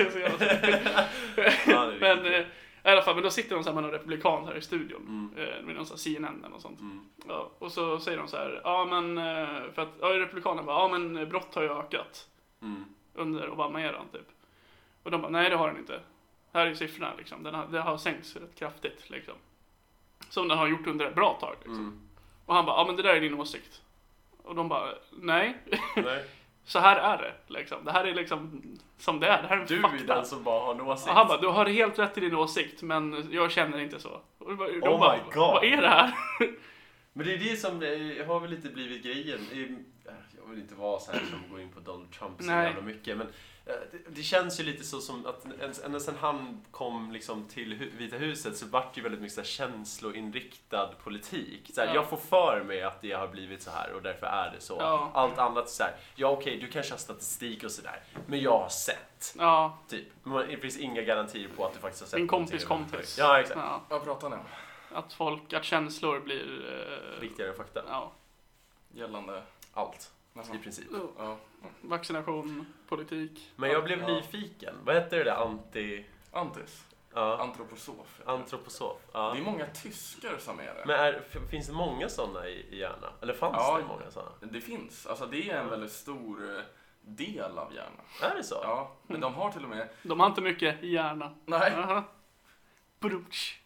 Men i alla fall, men då sitter de så här med någon republikan här i studion. Med någon sån här CNN eller något sånt. Ja, och så säger de så här, ja men, för att republikanen bara, ja men brott har ju ökat. Under Obama-eran typ. Och de bara, nej det har den inte. Här är siffrorna liksom. Det har sänkts rätt kraftigt liksom. Som den har gjort under ett bra tag liksom. Och han bara, ja men det där är din åsikt. Och de bara, nej. Så här är det liksom. Det här är liksom som det är. Det här är en fakta. Du är den som bara har en åsikt. Och han bara, du har helt rätt i din åsikt, men jag känner inte så. Och de bara, my God. Vad är det här? Men det är det som har väl lite blivit grejen. Jag vill inte vara så här som går in på Donald Trump så jävla mycket, men det känns ju lite så som att ända sedan han kom liksom till Vita huset så vart det ju väldigt mycket så här känsloinriktad politik. Så här, jag får för mig att det har blivit så här och därför är det så. Ja. Allt annat så här, ja okej, du kanske har statistik och sådär, men jag har sett. Ja. Typ. Det finns inga garantier på att du faktiskt har sett. Min kompis. Ja, exakt. Ja. Vad pratar ni om? Att känslor blir viktigare än fakta. Ja. Gällande allt. I princip. Ja. Vaccination, politik. Men jag blev nyfiken. Vad heter det där? Antis. Ja. Antroposof. Antroposof. Ja. Det är många tyskar som är det. Men finns det många sådana i hjärnan? Eller fanns det många sådana? Det finns. Alltså det är en väldigt stor del av hjärnan. Är det så? Ja, men de har till och med... De har inte mycket i hjärnan. Nej. Brutsch.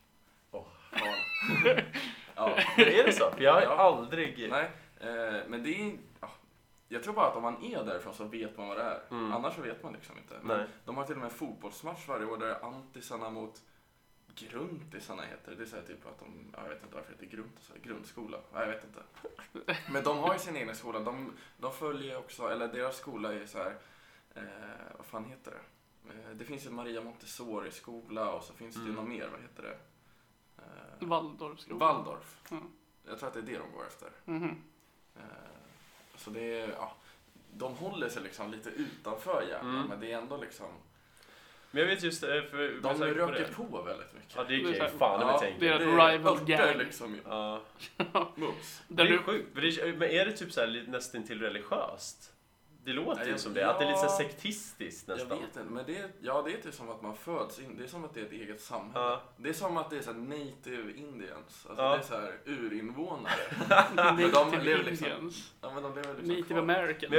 Ja. Är det så? För jag har aldrig... Nej, men det är... Jag tror bara att om man är därifrån så vet man vad det är. Annars så vet man liksom inte. Men de har till och med en fotbollsmatch varje år där antisarna mot gruntisarna heter. Det är så här typ att jag vet inte varför det heter grundskola. Nej, jag vet inte. Men de har ju sin egen skola. De följer också, eller deras skola är så här, vad fan heter det? Det finns ju Maria Montessori skola och så finns det ju något mer, vad heter det? Waldorfskolan. Waldorf. Jag tror att det är det de går efter. Så det är, de håller sig liksom lite utanför hjärnan, men det är ändå liksom... Men jag vet just för de röker på väldigt mycket. Ja, det är ju fan jag tänker. Det är ett rival gang liksom. Ja. Det är sjukt. Men är det typ så här nästan till religiöst? Det låter ju som det, att det är lite så sektistiskt nästan. Jag vet inte, men det är typ som att man föds in, det är som att det är ett eget samhälle. Det är som att det är så här native Indians, alltså det är så här urinvånare. Native Indians. Ja, men de lever liksom Native American.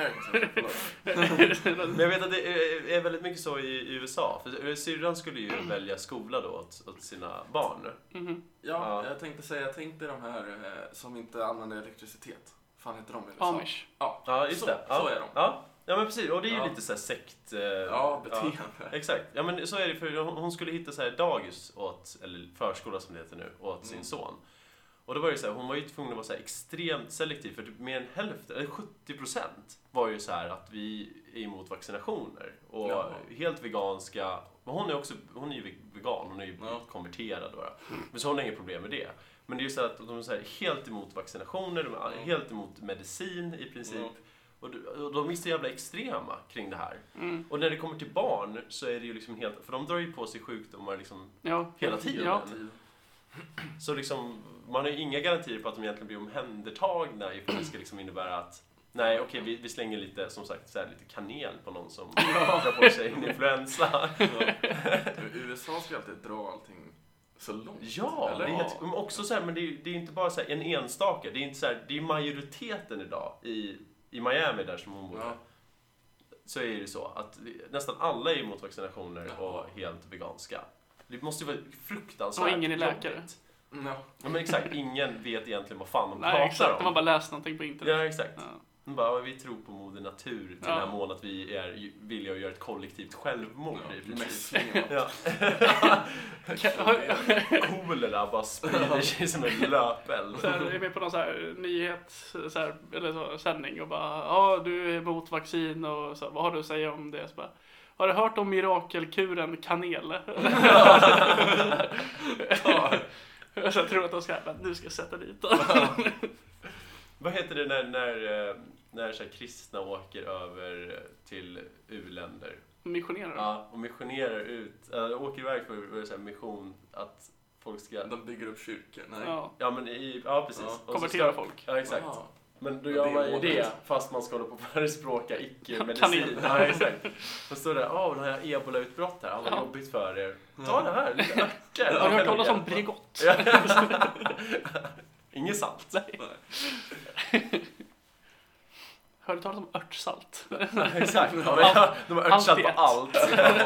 Men jag vet att det är väldigt mycket så i USA, för syrran skulle ju välja skola då åt sina barn. Ja, jag tänkte de här som inte använder elektricitet. Fan heter de? Amish. Ja, just det. Så är de. Ja, men precis. Och det är ju lite så här sekt... beteende. Ja, exakt. Ja, men så är det, för hon skulle hitta så här dagis eller förskola som det heter nu, åt sin son. Och då var det så här, hon var ju tvungen att vara så här extremt selektiv, för typ mer än hälften, eller 70% var ju så här att vi är emot vaccinationer. Och helt veganska. Men hon är ju vegan, hon är ju konverterad då. Men så hon har inga problem med det. Men det är ju så att de är så här helt emot vaccinationer, de är helt emot medicin i princip. Och de är så jävla extrema kring det här. Och när det kommer till barn så är det ju liksom helt... För de drar ju på sig sjukdomar liksom hela tiden. Ja. Så liksom, man har ju inga garantier på att de egentligen blir omhändertagna ifall det ska liksom innebära att... Nej, okej, vi slänger lite, som sagt, så här, lite kanel på någon som drar på sig en influensa. USA ska alltid dra allting så långt. Ja, eller? Det är också så här, men det är inte bara så här en enstaka. Det är inte så här, det är majoriteten idag i Miami där som hon bor. Så är det så att nästan alla är emot vaccinationer och helt veganska. Det måste ju vara fruktansvärt. Och ingen är läkare. Ja, men exakt, ingen vet egentligen vad fan de pratar exakt, om. De har bara läst någonting på internet. Ja, exakt. Bara, vi tror på moder natur till den här mån att vi är villiga att göra ett kollektivt självmord i princip. Kolera bara sprider sig som en löpeld. Så är med på någon så här nyhet eller så, sändning och bara, du är emot vaccin och så, vad har du att säga om det? Så bara, har du hört om mirakelkuren kanel? Så jag tror att de ska, nu ska jag sätta dit dem. Vad heter det när så här kristna åker över till u-länder? Missionerar? Ja, och missionerar ut. Åker iväg för så här mission att folk ska... De bygger upp kyrkor, nej? Ja, men precis. Ja. Konvertera folk. Ja, exakt. Men då gör man ju det fast man ska hålla på att förespråka icke-medicin. Ja, exakt. Så står det, då har jag ebola-utbrott här. Vad jobbigt för er. Ta det här, lite örter. Har du hört talas om Bregott? Inget salt. Nej. Har du talat om örtsalt? Exakt. De har örtsalt på allt.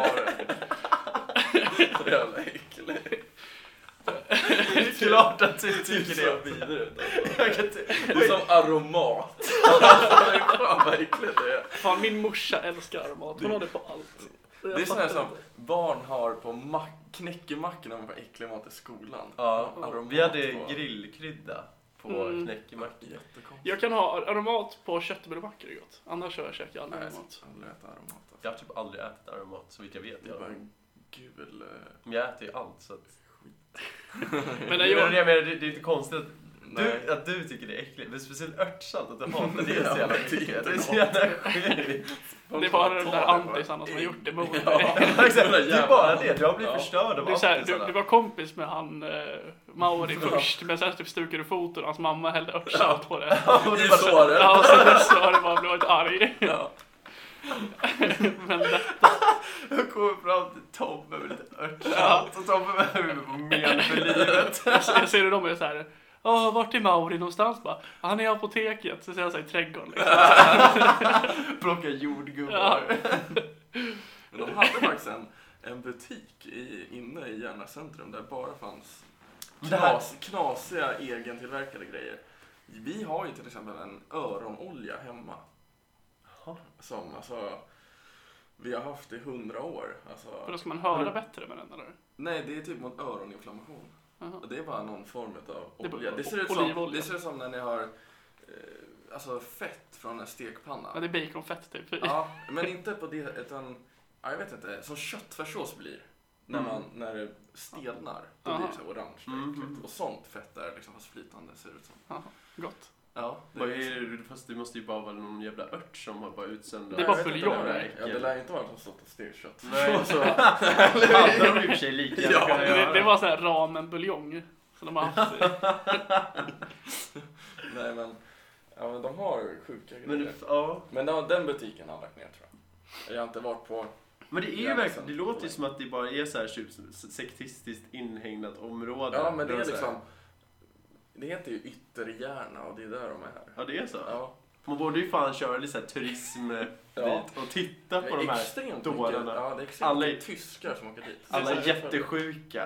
Så jävla äckligt. Det är klart att du tycker det är vidare. Det är som aromat. Det är fan vad äckligt det är. Fan, min morsa älskar aromat. Hon har det på allt. Det är sån här som barn har på knäckemackorna när man får äcklig mat i skolan. Ja, vi hade grillkrydda på knäckemackor. Jag kan ha aromat på köttbullemackor, det är gott. Annars käkar jag aldrig aromat. Jag har typ aldrig ätit aromat, så vitt jag vet. Men jag äter ju allt, så att... Men det är inte konstigt att du tycker det är äckligt. Men speciellt örtsalt, att du hatar det så jävla äckligt. Det är så jävla sjukt. Det är bara de där antisarna som har gjort det mot dig. Det är bara det. Du har blivit förstörd av antisarna. Du var kompis med han Mauri först. Men sen typ stukade du foten och hans mamma hällde örtsalt på det. Och det så det. Ja, så dess har det bara blivit arg. Men detta... Jag kommer fram till Tobbe med lite örtsalt. Och Tobbe med men för livet. Jag ser hur de är så här... vart är Mauri någonstans? Bara, han är i apoteket. Så ser jag så i trädgården. Liksom. Plocka jordgubbar. Men de hade faktiskt en butik inne i Järna centrum där bara fanns knasiga egentillverkade grejer. Vi har ju till exempel en öronolja hemma. Som vi har haft i 100 år. För då ska man höra bättre med den, eller? Nej, det är typ mot öroninflammation. Och det är bara någon form av olja. Det ser ut som när ni har fett från en stekpanna. Ja, det är baconfett typ. Ja, men inte på det, utan jag vet inte, som köttfärssås blir. När det stelnar, då blir det så orange. Och sånt fett där liksom fast flytande ser ut som. Gott. Ja, Vad är det? Fast det måste ju bara vara någon jävla ört som har bara utsöndrat. Det är bara buljong. Ja, det lär inte vara något sånt styrkött. Nej, så hade de i och för sig lika gärna kunnat göra. Det var så här ramen-buljong som de har haft. Nej, men de har sjuka grejer. Ja. Men den butiken har lagt ner, tror jag. Jag har inte varit på... Men det är ju verkligen, det låter ju som att det bara är så här sektistiskt inhägnat område. Ja, men det är liksom... Det heter ju Ytterhjärna och det är där de är här. Ja, det är så? Ja. Man borde ju fan köra lite så här turism dit och titta på de här dårarna. Ja, det är extremt alla mycket tyskar som åker dit. Alla är jättesjuka.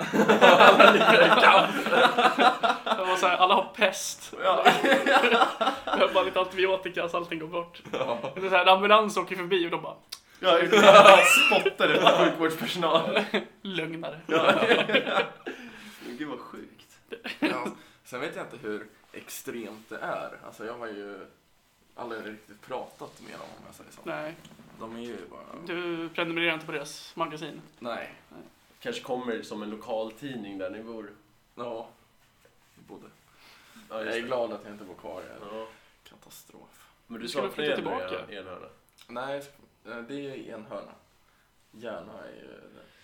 Det var så här, alla har pest. Ja. Vi har bara lite antibiotika så allting går bort. Ja. Det är så här, en ambulans åker förbi och de bara... Ja, spottade på sjukvårdspersonal. Lögnare. Ja. Gud vad sjukt. Ja. Sen vet jag inte hur extremt det är. Alltså jag har ju aldrig riktigt pratat med dem, om jag säger så. Nej. De är ju bara... Du prenumererar inte på deras magasin? Nej. Kanske kommer som en lokal tidning där ni bor. Ja, vi bodde. Ja, jag är glad att jag inte bor kvar. Ja. Katastrof. Men du ska flytta tillbaka? Enhörna? Nej, det är Enhörna. Gärna är ju...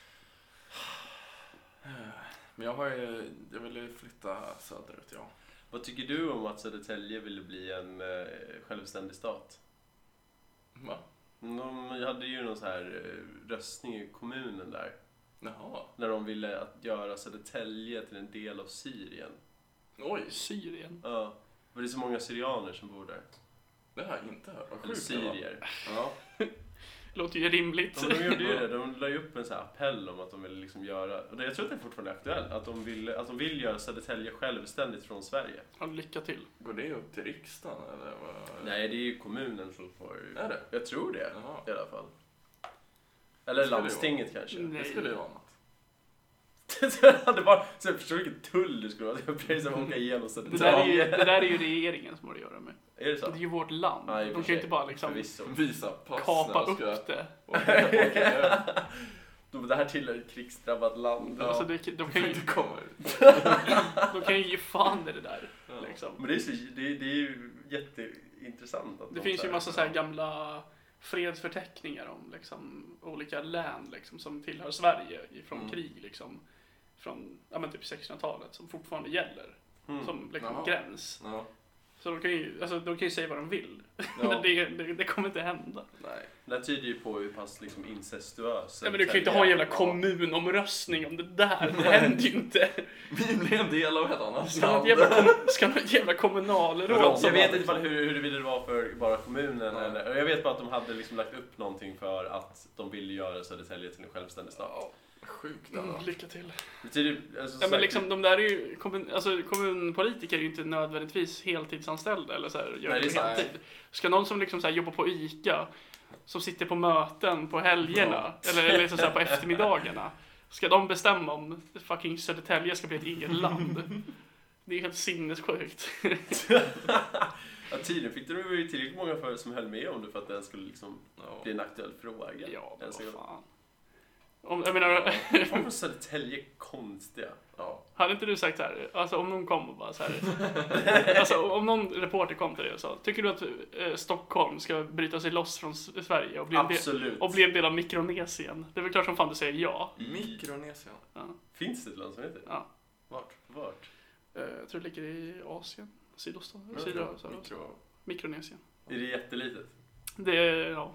Men jag vill ju flytta söderut, ja. Vad tycker du om att Södertälje ville bli en självständig stat? Va? De hade ju någon så här röstning i kommunen där. Jaha. När de ville att göra Södertälje till en del av Syrien. Oj. Syrien? Ja. För det är så många syrianer som bor där. Det har jag inte hört. Eller syrier. Ja. Låter ju rimligt. De gjorde ju det. De la ju upp en så här appell om att de ville liksom göra... Och jag tror att det är fortfarande aktuellt. Att de vill göra Södertälje självständigt från Sverige. Ja, lycka till. Går det upp till riksdagen eller vad? Nej, det är ju kommunen som får... Är det? Jag tror det. Jaha. I alla fall. Eller landstinget kanske. Nej. Det skulle ju vara något. Det var så jag förstår vilken tull du skulle ha. Jag precis åka igenom Södertälje. Det där är ju regeringen som har att göra med. Är det så? Det är ju vårt land. Ja, de kan ju inte bara liksom Visa pass kapa upp det. Det här tillhör ett krigsdrabbat land. Ja. Alltså de kan ju de kan ju ge fan i det där. Ja. Liksom. Men det är ju jätteintressant. Att det finns ju massa så här gamla fredsförteckningar om liksom, olika län liksom, som tillhör Sverige från krig. Liksom, från typ 1600-talet som fortfarande gäller. Som liksom, gräns. Ja. Så de kan ju säga vad de vill. Ja. Men det kommer inte hända. Nej. Det tyder ju på hur pass liksom incestuös. Ja, men du kan ju inte ha en jävla kommunomröstning om det där. Det händer ju inte. Vi blir en del av ett annat Ska något jävla kommunalråd? Jag vet inte hur det var för bara kommunen. Eller, jag vet bara att de hade liksom lagt upp någonting för att de ville göra Södertälje till en självständig stat. Sjukt lycka till. Betyder, alltså, ja, men liksom, de där är ju kommunpolitiker är ju inte nödvändigtvis heltidsanställda eller så här, gör nej, det heltid. Ska någon som liksom så här, jobbar på ICA som sitter på möten på helgerna eller så här, på eftermiddagarna, ska de bestämma om fucking Södertälje ska bli ett eget land? Det är helt sinnessjukt. Ja, tydligen fick det ju tillräckligt många som höll med om det för att den skulle liksom bli en aktuell fråga. Ja, men vad fan. Jag menar... Från Södertälje konstiga. Ja. Hade inte du sagt så här, alltså om någon kom och bara så här, alltså om någon reporter kom till dig och sa, tycker du att Stockholm ska bryta sig loss från Sverige och bli en del av Mikronesien? Det är väl klart som fan du säger ja. Mikronesien? Ja. Finns det ett land som heter? Ja. Vart? Jag tror det ligger i Asien, Sydostasien, Mikronesien. Är det jättelitet? Det är, ja.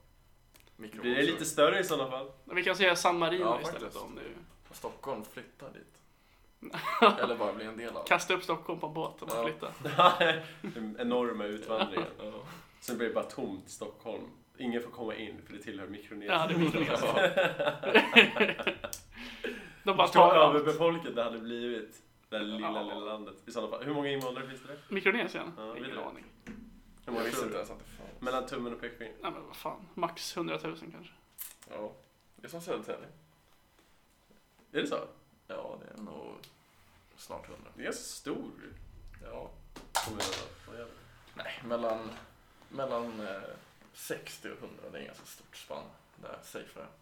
Det är lite större i sådana fall. Vi kan säga San Marino istället om det. Stockholm flyttar dit. Eller bara bli en del av. Kasta upp Stockholm på en båt och flytta. Den enorma utvandringen. Sen blir det bara tomt Stockholm. Ingen får komma in för det tillhör Mikronesien. Ja, det är Mikronesien. De bara tar överbefolket det hade blivit. Det här lilla landet. I sådana fall. Hur många invånare finns det där? Mikronesien? Ingen aning. Jag visste inte ens att det fanns. Mellan tummen och pekfingret. Nej men vad fan. Max 100 000 kanske. Ja. Det är som Södertälje. Är det så? Ja, det är nog snart 100. Det är ganska stor. Ja. Nej, mellan 60 och 100. Det är en ganska stort spann. Där safear jag.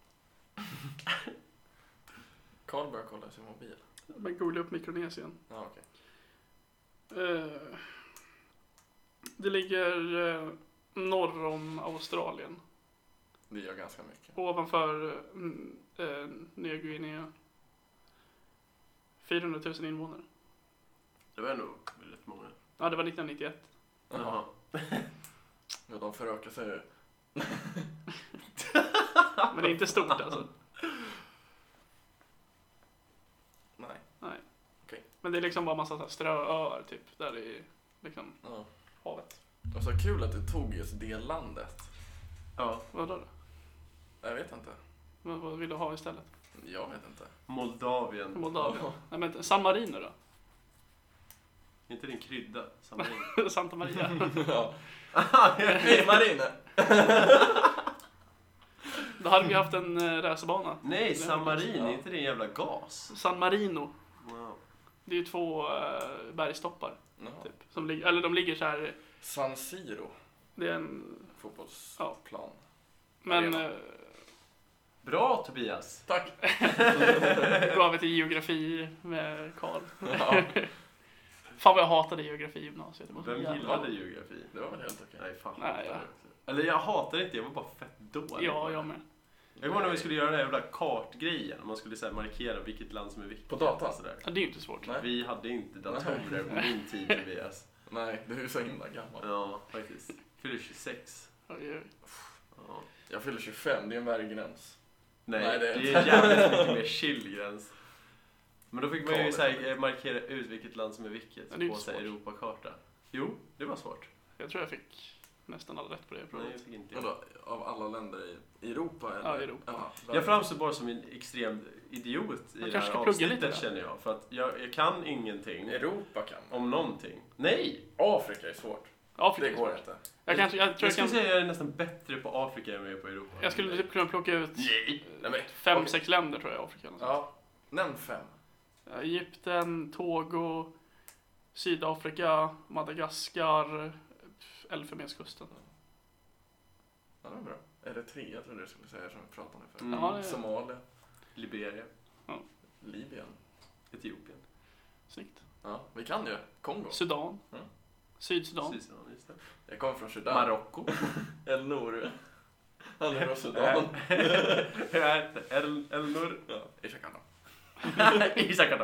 Carl börjar kolla sin mobil. Men googla upp Mikronesien. Ja, okej. Det ligger norr om Australien. Det gör ganska mycket. Ovanför Nya Guinea. 400 000 invånare. Det var nog rätt många. Ja, det var 1991. Jaha. Ja, de förökar sig ju. Men det är inte stort alltså. Nej. Okej. Men det är liksom bara massa så här strööar typ. Där det är liksom havet. Och så kul att du tog just det landet. Ja. Vadå då? Jag vet inte. Vad vill du ha istället? Jag vet inte. Moldavien. Moldavien. Nej, men San Marino då? Inte din krydda. Samarin. Santa Maria. Ja. Hej Marine! Då hade vi haft en racerbana. Nej, Samarin. Är inte det en jävla gas? San Marino. Wow. Det är ju 2 bergstoppar. Jaha. Typ, som eller de ligger så här. San Siro. Det är en... Fotbollsplan. Men... Bra Tobias. Tack! Gå över till geografi med Karl. Ja. Fan vad jag hatade geografi i gymnasiet. Det var så Vem jävla- gillade geografi? Det var väl helt okej. Nej, fan. Nej, ja. Eller jag hatar inte, jag var bara fett dålig. Ja, jag med. Jag kommer ihåg när vi skulle göra den här jävla kartgrejen. Man skulle så här markera vilket land som är viktigt. På datan? Sådär. Ja, det är ju inte svårt. Nej. Vi hade inte datorer på min tid, Tobias. Nej, du är så himla gammal. Ja, faktiskt. Fyller 26. Oj, oj. Ja. Jag fyller 25, det är en värre gräns. Nej, Nej, det det är är jävligt mycket mer chill gräns. Men då fick man ju Galet. så här, markera ut vilket land som är vilket Ja, det är på inte så här, svårt. Europakarta. Jo, det var svårt. Jag tror jag fick nästan alla rätt på det Nej, provet. jag fick inte. Vadå, av alla länder i Europa? Eller? Ja, i Europa. Ja. Jag framstår bara som en extrem idiot i Man det kanske här ska plugga lite avsnittet, där. känner jag. För att jag kan ingenting Europa kan man. om någonting. Nej! Afrika är svårt. Afrika Det är går svårt. inte. Jag tror Jag jag skulle kan... säga att jag är nästan bättre på Afrika än vad jag är på Europa. Jag skulle typ kunna plocka ut Nej! Nej, men, 5-6 länder tror jag i Afrika. Ja, nämn 5. Egypten, Togo, Sydafrika, Madagaskar, Elfenbenskusten. Ja, det är bra. Eritrea tror jag skulle säga som vi pratade om förut. Mm. Ja, det är Somalia, Liberia, Libyen. Etiopien, snyggt. Ja, vi kan ju. Kongo. Sudan, Mm. Sydsudan. Sydsudan, just det. Jag kommer från Sudan. Marocko. El Nour. Han är från Sudan. Elnur. Ja, Ishakana. Isakana.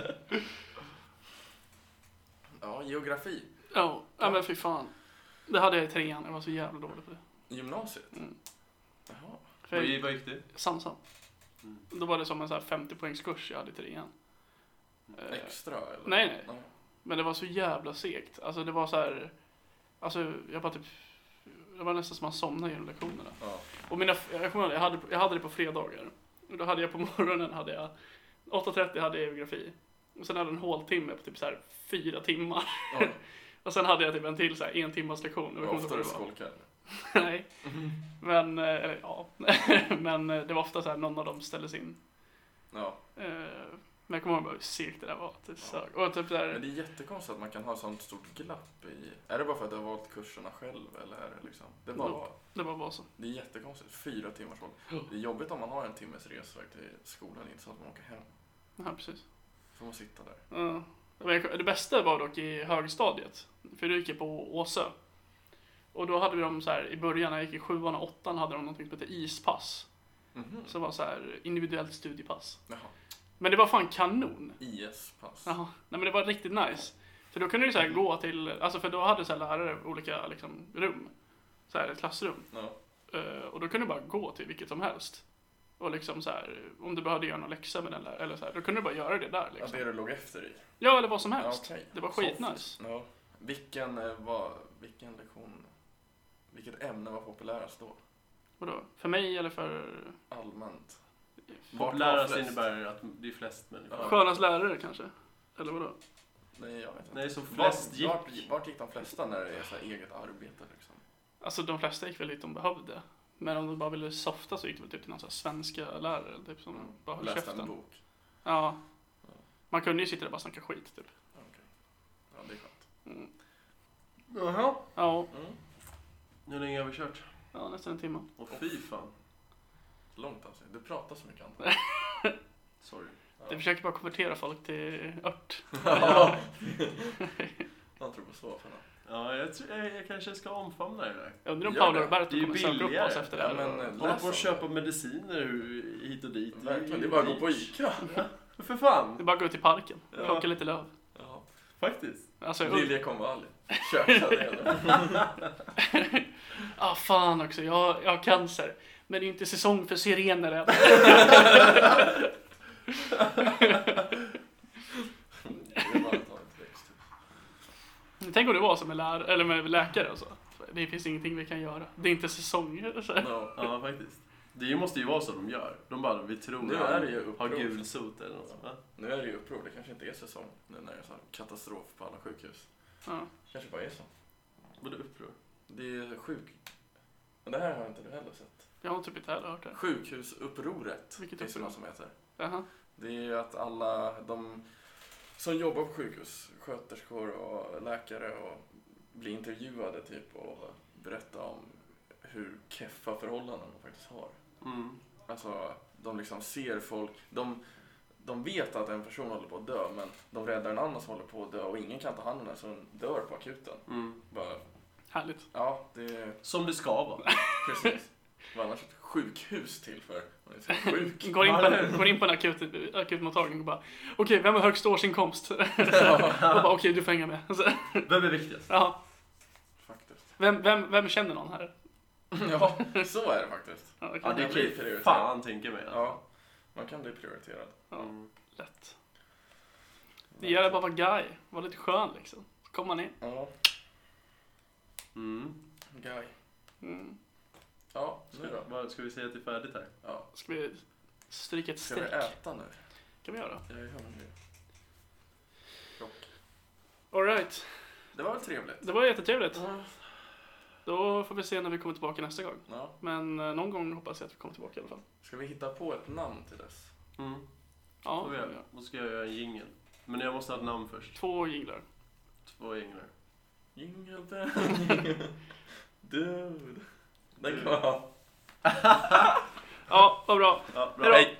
Ja, geografi. Ja, men fy fan. Det hade jag i 3:an, jag var så jävla dålig på det. Gymnasiet. Mm. Jaha. För jag, Vad gick du? Samsam. Mm. Då var det som en så här 50-poängskurs jag hade i 3:an. Extra eller? Nej. Ja. Men det var så jävla segt. Alltså det var så här. Alltså jag bara typ. Det var nästan som man somnade genom lektionerna. Ja. Och jag kommer ihåg, jag hade det på fredagar. Och då hade jag på morgonen 8:30 hade jag geografi. Och sen hade jag en håltimme på typ så här 4 timmar. Ja. Och sen hade jag typ en till så här 1 timmas lektion. Och jag kommer inte Ofta ihåg du vad det var. skolkar. Nej. Men, eller ja. Men det var ofta så här någon av dem ställdes in. Ja. Men jag kommer ihåg bara hur segt det där var. Det sög. Och typ där, Men det är jättekonstigt att man kan ha sånt stort glapp i... Är det bara för att du har valt kurserna själv eller är det liksom... Det bara var. det var bara så. Det är jättekonstigt. 4 timmars håll. Det är jobbigt om man har en timmes resväg till skolan, inte så att man åker hem. Ja, precis. Får man sitta där. Ja. Men det bästa var dock i högstadiet. För du gick jag på Åsö. Och då hade vi dem så här, i början när jag gick i 7:an och 8:an hade de någonting som heter ispass. Mhm. Som var så här individuellt studiepass. Jaha. Men det var fan kanon. IS-pass. Jaha. Nej men det var riktigt nice. För då kunde du så här gå till, alltså för då hade så här lärare olika liksom rum. Så här ett klassrum. Ja. Och då kunde du bara gå till vilket som helst. Och liksom så här, om du behövde göra någon läxa med den där, eller så här, då kunde du bara göra det där Ja, liksom. det du låg efter i. Ja, eller vad som Ja, helst. okej. Det var Soft. skitnice. Ja. Vilken lektion... Vilket ämne var populärast då? Vadå? För mig eller för Allmänt. Populärast flest? innebär att det är flest människor. Ja. skönast lärare kanske? Eller vadå? Nej, jag vet inte. Nej, som flest gick. Vart gick de flesta när det är så här eget arbete liksom? Alltså de flesta gick väl dit de behövde. Men om de bara ville softa så gick det väl typ till någon sån här svenska lärare typ som bara höll Läste en käften. bok. Ja. Man kunde ju sitta där och bara snacka skit typ. Ja, okej. Ja, det är skönt. Mm. Jaha. Ja. Mm. Nu länge har vi kört. Ja, nästan en timme. Och fy fan. Långt alltså. Du pratar så mycket Anton. Sorry. Jag försöker bara konvertera folk till ört. Ja. Han tror på så för något. Ja, jag kanske ska omfamna det där. Jag undrar om Paolo Roberto kommer söka upp oss efter det här. Men hålla på att köpa mediciner hit och dit. Verkligen, det är bara att gå på ICA. För fan. Det är bara att gå ut i parken, plocka lite löv. Ja, faktiskt. Alltså, Lilja kommer aldrig köpa det. Fan också, jag har cancer. Men det är inte säsong för sirener än. Tänk om det var som med läkare och så. Det finns ingenting vi kan göra. Det är inte säsong. No. Ja, faktiskt. Det måste ju vara så de gör. De bara, vi tror nu är det ju har gulsot eller något sånt. Nu är det ju uppror. Det kanske inte är säsong. Nu när det är så katastrof på alla sjukhus. Ja. Kanske bara är så. Både uppror. Det är Men det här har inte du heller sett. Jag har typ inte heller hört det. Sjukhusupproret. Vilket finns det något som heter. Jaha. Det är att alla de som jobbar på sjukhus, sköterskor och läkare och blir intervjuade typ och berättar om hur keffa förhållanden de faktiskt har. Alltså, de liksom ser folk, de vet att en person håller på att dö, men de räddar en annan som håller på att dö och ingen kan ta hand om den så den dör på akuten. Bara, härligt. ja, det som det ska vara. Precis. Vad annars ett sjukhus till för? Sjuk. Går in på en akutmottagning och bara okej, vem har högst årsinkomst? Och bara okej, du får hänga med. Vem är viktigast? Ja. Faktiskt. Vem känner någon här? Ja, så är det faktiskt. Ja, det kan jag fan tänka mig. Ja, man kan bli prioriterad. Ja, lätt. Det gäller bara att vara guy. Var lite skön liksom. Så kommer man in. Ja. Guy. Ja, nu då. Vad ska vi säga till färdigt här? Ja. Ska vi stryka ett streck? Ska vi äta nu? Kan vi göra? Jag är hungrig. All right. Det var väl trevligt? Det var jättetrevligt. Då får vi se när vi kommer tillbaka nästa gång. Ja. Men någon gång hoppas jag att vi kommer tillbaka i alla fall. Ska vi hitta på ett namn till dess? Ja. Då ska jag göra en jingle. Men jag måste ha ett namn först. 2 jinglar. 2 jinglar. Jingle bell. Dude. Den kan man ha. Ja, vad bra. Ja, bra. Hej då.